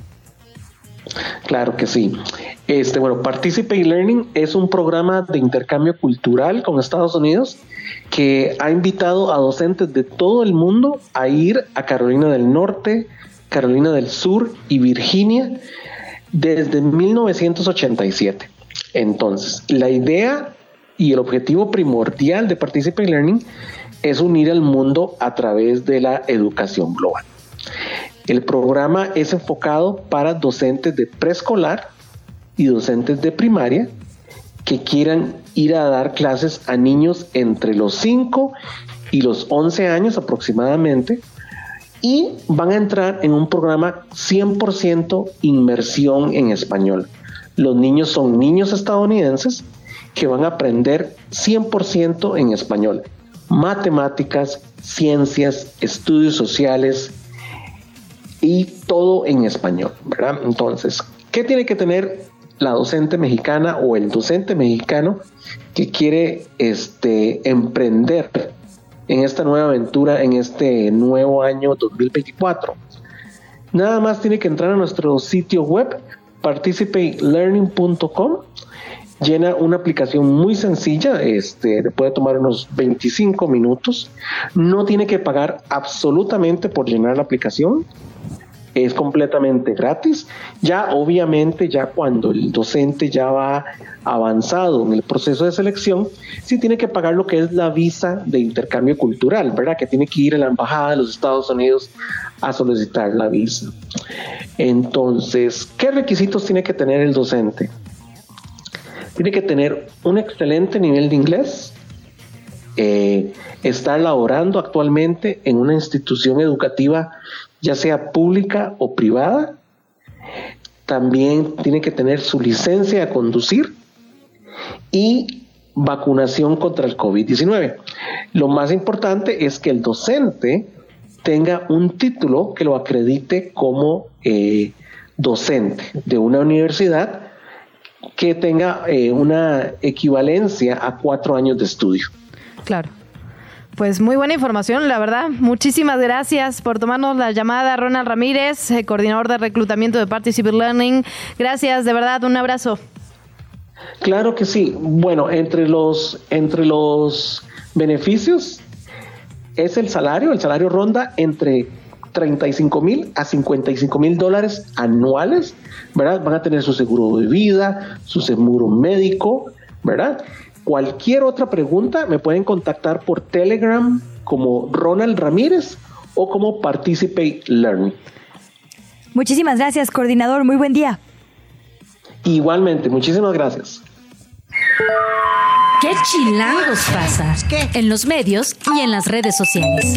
Claro que sí. Participate Learning es un programa de intercambio cultural con Estados Unidos que ha invitado a docentes de todo el mundo a ir a Carolina del Norte, Carolina del Sur y Virginia desde 1987. Entonces, la idea y el objetivo primordial de Participate Learning es unir al mundo a través de la educación global. El programa es enfocado para docentes de preescolar y docentes de primaria que quieran ir a dar clases a niños entre los 5 y los 11 años aproximadamente, y van a entrar en un programa 100% inmersión en español. Los niños son niños estadounidenses que van a aprender 100% en español. Matemáticas, ciencias, estudios sociales y todo en español, ¿verdad? Entonces, ¿qué tiene que tener la docente mexicana o el docente mexicano que quiere emprender en esta nueva aventura, en este nuevo año 2024? Nada más tiene que entrar a nuestro sitio web, participatelearning.com, llena una aplicación muy sencilla, le puede tomar unos 25 minutos, no tiene que pagar absolutamente por llenar la aplicación, es completamente gratis. Ya obviamente, ya cuando el docente ya va avanzado en el proceso de selección, sí tiene que pagar lo que es la visa de intercambio cultural, ¿verdad? Que tiene que ir a la embajada de los Estados Unidos a solicitar la visa. Entonces, ¿qué requisitos tiene que tener el docente? Tiene que tener un excelente nivel de inglés, estar laborando actualmente en una institución educativa, ya sea pública o privada. También tiene que tener su licencia a conducir y vacunación contra el COVID-19. Lo más importante es que el docente tenga un título que lo acredite como docente de una universidad que tenga una equivalencia a 4 años de estudio. Claro. Pues muy buena información, la verdad. Muchísimas gracias por tomarnos la llamada, Ronald Ramírez, coordinador de reclutamiento de Participate Learning. Gracias, de verdad, un abrazo. Claro que sí. Bueno, entre los beneficios es el salario. El salario ronda entre $35,000 a $55,000 anuales, ¿verdad? Van a tener su seguro de vida, su seguro médico, ¿verdad? Cualquier otra pregunta me pueden contactar por Telegram como Ronald Ramírez o como Participate Learning. Muchísimas gracias, coordinador. Muy buen día. Igualmente, muchísimas gracias. ¿Qué chilangos pasa? En los medios y en las redes sociales.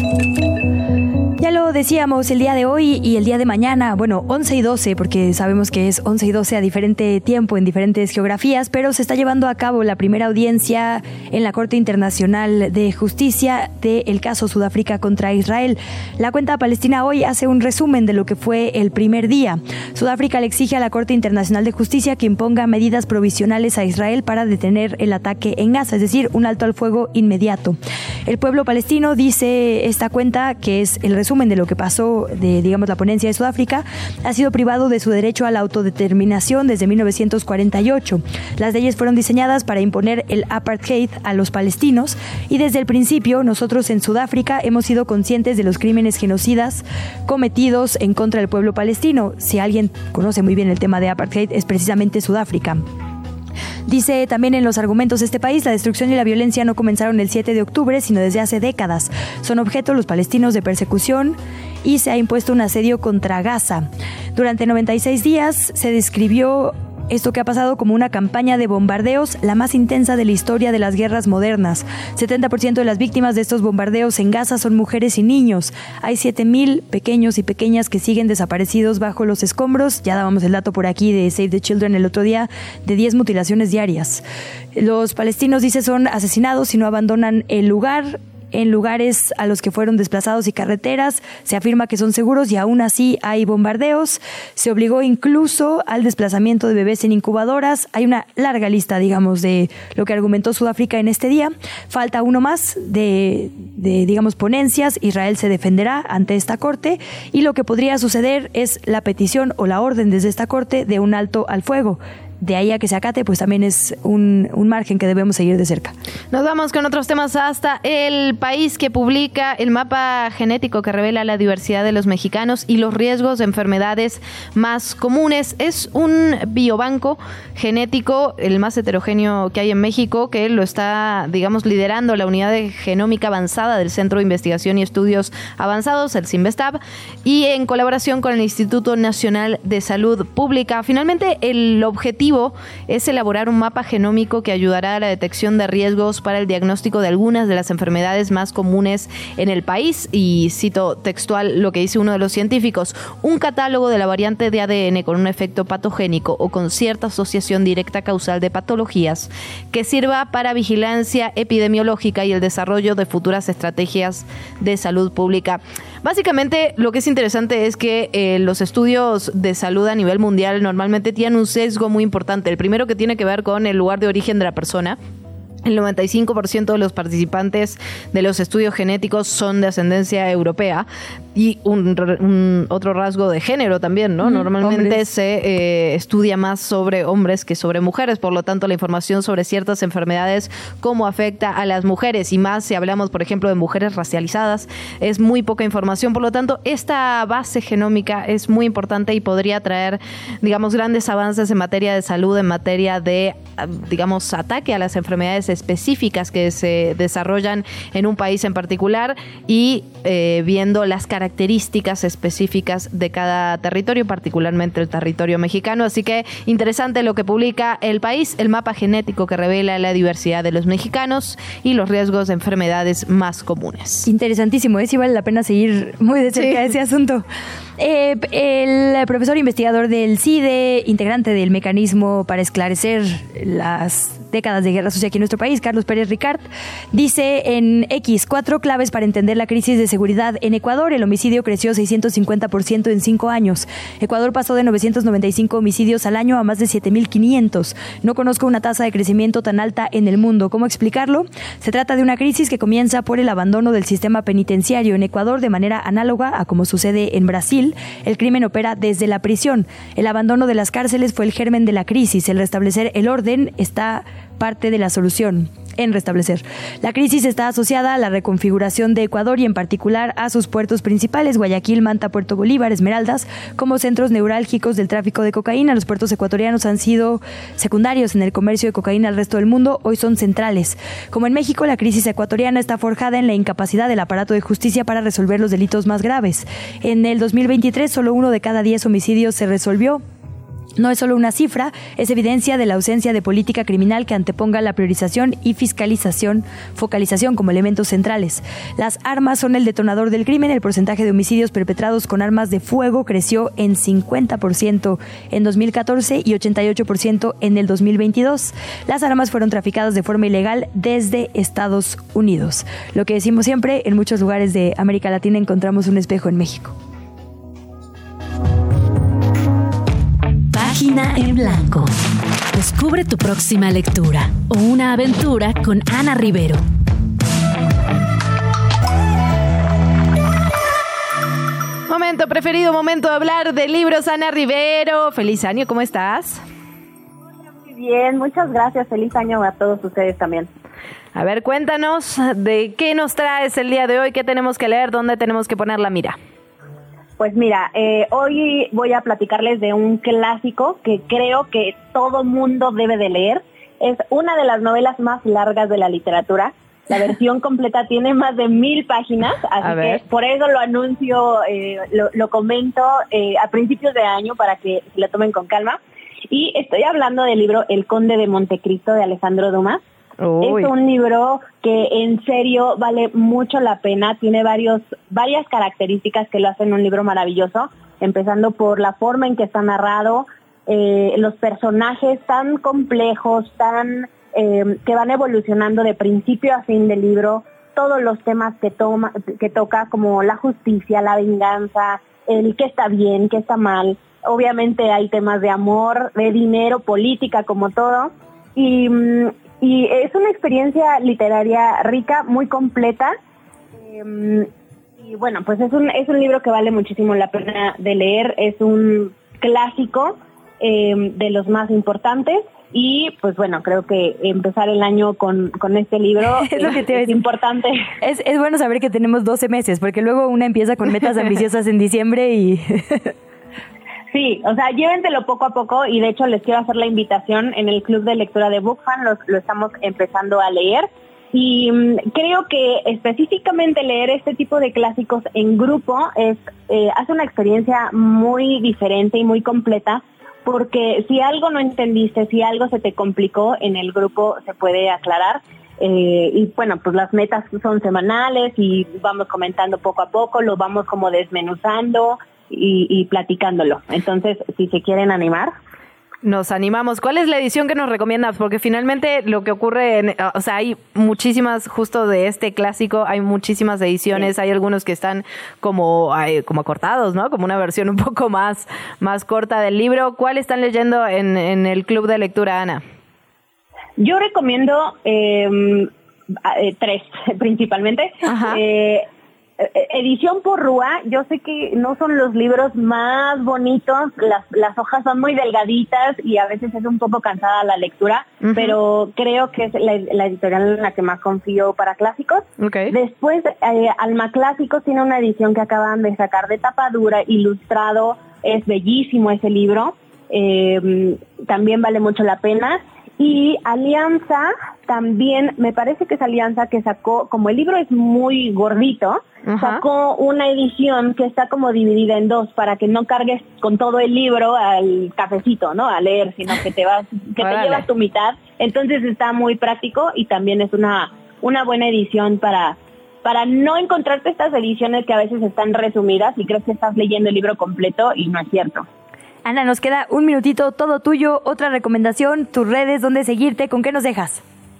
Ya lo decíamos el día de hoy y el día de mañana, bueno, 11 y 12, porque sabemos que es 11 y 12 a diferente tiempo en diferentes geografías, pero se está llevando a cabo la primera audiencia en la Corte Internacional de Justicia del caso Sudáfrica contra Israel. La cuenta palestina hoy hace un resumen de lo que fue el primer día. Sudáfrica le exige a la Corte Internacional de Justicia que imponga medidas provisionales a Israel para detener el ataque en Gaza, es decir, un alto al fuego inmediato. El pueblo palestino, dice esta cuenta, que es el resumen de lo que pasó de, digamos, la ponencia de Sudáfrica, ha sido privado de su derecho a la autodeterminación desde 1948. Las leyes fueron diseñadas para imponer el apartheid a los palestinos y desde el principio nosotros en Sudáfrica hemos sido conscientes de los crímenes genocidas cometidos en contra del pueblo palestino. Si alguien conoce muy bien el tema de apartheid, es precisamente Sudáfrica. Dice también en los argumentos de este país, la destrucción y la violencia no comenzaron el 7 de octubre, sino desde hace décadas. Son objeto los palestinos de persecución y se ha impuesto un asedio contra Gaza. Durante 96 días se describió esto que ha pasado como una campaña de bombardeos, la más intensa de la historia de las guerras modernas. 70% de las víctimas de estos bombardeos en Gaza son mujeres y niños. Hay 7,000 pequeños y pequeñas que siguen desaparecidos bajo los escombros. Ya dábamos el dato por aquí de Save the Children el otro día, de 10 mutilaciones diarias. Los palestinos, dice, son asesinados si no abandonan el lugar. En lugares a los que fueron desplazados y carreteras, se afirma que son seguros y aún así hay bombardeos. Se obligó incluso al desplazamiento de bebés en incubadoras. Hay una larga lista, digamos, de lo que argumentó Sudáfrica en este día. Falta uno más de digamos, ponencias. Israel se defenderá ante esta corte y lo que podría suceder es la petición o la orden desde esta corte de un alto al fuego. De ahí a que se acate, pues también es un margen que debemos seguir de cerca. Nos vamos con otros temas hasta el país, que publica el mapa genético que revela la diversidad de los mexicanos y los riesgos de enfermedades más comunes. Es un biobanco genético, el más heterogéneo que hay en México, que lo está, digamos, liderando la Unidad de Genómica Avanzada del Centro de Investigación y Estudios Avanzados, el CINVESTAB, y en colaboración con el Instituto Nacional de Salud Pública. Finalmente, el objetivo es elaborar un mapa genómico que ayudará a la detección de riesgos para el diagnóstico de algunas de las enfermedades más comunes en el país. Y cito textual lo que dice uno de los científicos: un catálogo de la variante de ADN con un efecto patogénico o con cierta asociación directa causal de patologías que sirva para vigilancia epidemiológica y el desarrollo de futuras estrategias de salud pública. Básicamente, lo que es interesante es que los estudios de salud a nivel mundial normalmente tienen un sesgo muy importante. El primero, que tiene que ver con el lugar de origen de la persona. El 95% de los participantes de los estudios genéticos son de ascendencia europea y un otro rasgo de género también, ¿no? Normalmente hombres. Se estudia más sobre hombres que sobre mujeres, por lo tanto la información sobre ciertas enfermedades, cómo afecta a las mujeres y más si hablamos, por ejemplo, de mujeres racializadas, es muy poca información, por lo tanto esta base genómica es muy importante y podría traer, digamos, grandes avances en materia de salud, en materia de, digamos, ataque a las enfermedades específicas que se desarrollan en un país en particular y viendo las características específicas de cada territorio, particularmente el territorio mexicano. Así que interesante lo que publica El País, el mapa genético que revela la diversidad de los mexicanos y los riesgos de enfermedades más comunes. Interesantísimo, sí vale la pena seguir muy de cerca ese asunto. El profesor investigador del CIDE, integrante del mecanismo para esclarecer las décadas de guerra sucia aquí en nuestro país, Carlos Pérez Ricard, dice en X, 4 claves para entender la crisis de seguridad en Ecuador. El homicidio creció 650% en 5 años. Ecuador pasó de 995 homicidios al año a más de 7.500. No conozco una tasa de crecimiento tan alta en el mundo. ¿Cómo explicarlo? Se trata de una crisis que comienza por el abandono del sistema penitenciario en Ecuador de manera análoga a como sucede en Brasil. El crimen opera desde la prisión. El abandono de las cárceles fue el germen de la crisis. El restablecer el orden está parte de la solución en restablecer. La crisis está asociada a la reconfiguración de Ecuador y en particular a sus puertos principales, Guayaquil, Manta, Puerto Bolívar, Esmeraldas, como centros neurálgicos del tráfico de cocaína. Los puertos ecuatorianos han sido secundarios en el comercio de cocaína al resto del mundo, hoy son centrales. Como en México, la crisis ecuatoriana está forjada en la incapacidad del aparato de justicia para resolver los delitos más graves. En el 2023, solo 1 de cada 10 homicidios se resolvió. No es solo una cifra, es evidencia de la ausencia de política criminal que anteponga la priorización y focalización como elementos centrales. Las armas son el detonador del crimen. El porcentaje de homicidios perpetrados con armas de fuego creció en 50% en 2014 y 88% en el 2022. Las armas fueron traficadas de forma ilegal desde Estados Unidos. Lo que decimos siempre, en muchos lugares de América Latina encontramos un espejo en México. Página en blanco. Descubre tu próxima lectura o una aventura con Ana Rivero. Momento preferido, momento de hablar de libros. Ana Rivero, feliz año, ¿cómo estás? Muy bien, muchas gracias, feliz año a todos ustedes también. A ver, cuéntanos de qué nos traes el día de hoy, qué tenemos que leer, dónde tenemos que poner la mira. Pues mira, hoy voy a platicarles de un clásico que creo que todo mundo debe de leer. Es una de las novelas más largas de la literatura. La versión completa tiene más de 1000 páginas, así que por eso lo anuncio, lo comento a principios de año para que lo tomen con calma. Y estoy hablando del libro El Conde de Montecristo de Alejandro Dumas. Uy. Es un libro que en serio vale mucho la pena, tiene varias características que lo hacen un libro maravilloso, empezando por la forma en que está narrado, los personajes tan complejos, que van evolucionando de principio a fin del libro, todos los temas que toca, como la justicia, la venganza, el qué está bien, qué está mal. Obviamente hay temas de amor, de dinero, política, como todo, y es una experiencia literaria rica, muy completa, y bueno, pues es un libro que vale muchísimo la pena de leer, es un clásico de los más importantes, y pues bueno, creo que empezar el año con este libro es importante. Es bueno saber que tenemos 12 meses, porque luego una empieza con metas ambiciosas en diciembre y... Sí, o sea, llévenselo poco a poco, y de hecho les quiero hacer la invitación en el club de lectura de BookFan, lo estamos empezando a leer, y creo que específicamente leer este tipo de clásicos en grupo hace una experiencia muy diferente y muy completa, porque si algo no entendiste, si algo se te complicó, en el grupo se puede aclarar. Y bueno, pues las metas son semanales y vamos comentando poco a poco, lo vamos como desmenuzando y platicándolo. Entonces, si se quieren animar, nos animamos. ¿Cuál es la edición que nos recomiendas? Porque finalmente lo que ocurre, o sea, hay muchísimas, justo de este clásico, hay muchísimas ediciones, sí. Hay algunos que están como acortados, ¿no? Como una versión un poco más corta del libro. ¿Cuál están leyendo en el club de lectura, Ana? Yo recomiendo 3 principalmente. Edición Porrúa. Yo sé que no son los libros más bonitos, las hojas son muy delgaditas y a veces es un poco cansada la lectura, pero creo que es la editorial en la que más confío para clásicos. Después, Alma Clásicos tiene una edición que acaban de sacar de tapa dura, ilustrado, es bellísimo ese libro, también vale mucho la pena. Y Alianza, también, me parece que es Alianza que sacó, como el libro es muy gordito, sacó una edición que está como dividida en 2 para que no cargues con todo el libro al cafecito, ¿no? A leer, sino que te llevas tu mitad. Entonces está muy práctico y también es una buena edición para no encontrarte estas ediciones que a veces están resumidas y crees que estás leyendo el libro completo y no es cierto. Ana, nos queda un minutito, todo tuyo. Otra recomendación, tus redes, dónde seguirte, ¿con qué nos dejas?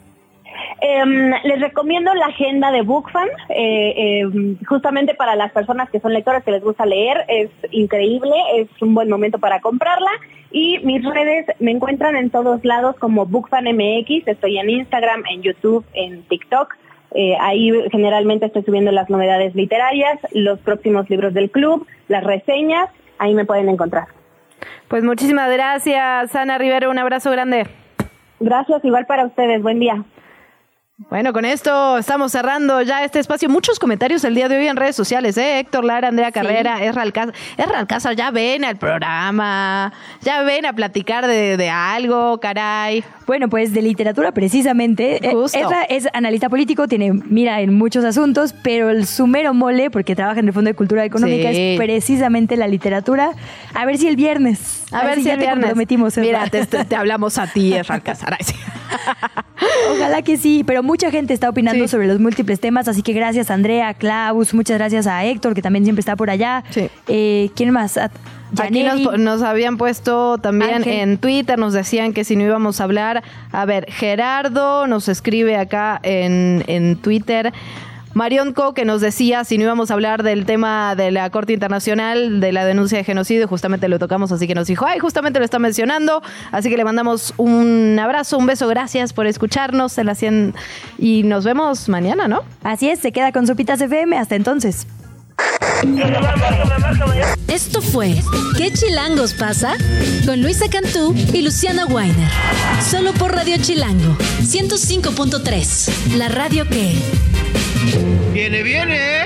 Les recomiendo la agenda de BookFan, justamente para las personas que son lectoras que les gusta leer, es increíble, es un buen momento para comprarla. Y mis redes me encuentran en todos lados como BookFanMX, estoy en Instagram, en YouTube, en TikTok. Ahí generalmente estoy subiendo las novedades literarias, los próximos libros del club, las reseñas, ahí me pueden encontrar. Pues muchísimas gracias, Ana Rivero, un abrazo grande. Gracias, igual para ustedes, buen día. Bueno, con esto estamos cerrando ya este espacio. Muchos comentarios el día de hoy en redes sociales, Héctor Lara, Andrea Carrera, Ezra Alcázar, ya ven al programa, ya ven a platicar de algo, caray. Bueno, pues de literatura precisamente. Ezra es analista político, tiene mira en muchos asuntos, pero su mero mole, porque trabaja en el Fondo de Cultura Económica, es precisamente la literatura. A ver si el viernes. A ver si el viernes. Comprometimos, mira, te hablamos a ti, Ezra Alcázar. Ojalá que sí, pero mucha gente está opinando sobre los múltiples temas, así que gracias a Andrea, Klaus, muchas gracias a Héctor, que también siempre está por allá. ¿Quién más? Aquí nos habían puesto también Ángel. En Twitter, nos decían que si no íbamos a hablar. A ver, Gerardo nos escribe acá en Twitter. Marion Co, que nos decía si no íbamos a hablar del tema de la Corte Internacional de la denuncia de genocidio, justamente lo tocamos, así que nos dijo, justamente lo está mencionando, así que le mandamos un abrazo, un beso, gracias por escucharnos en la 100 y nos vemos mañana, ¿no? Así es, se queda con Sopitas FM, hasta entonces. Esto fue ¿Qué chilangos pasa? Con Luisa Cantú y Luciana Weiner. Solo por Radio Chilango 105.3. La radio que... ¡Viene!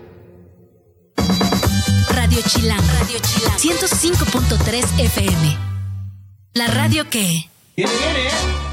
Radio Chilango 105.3 FM. La radio que... ¡Viene!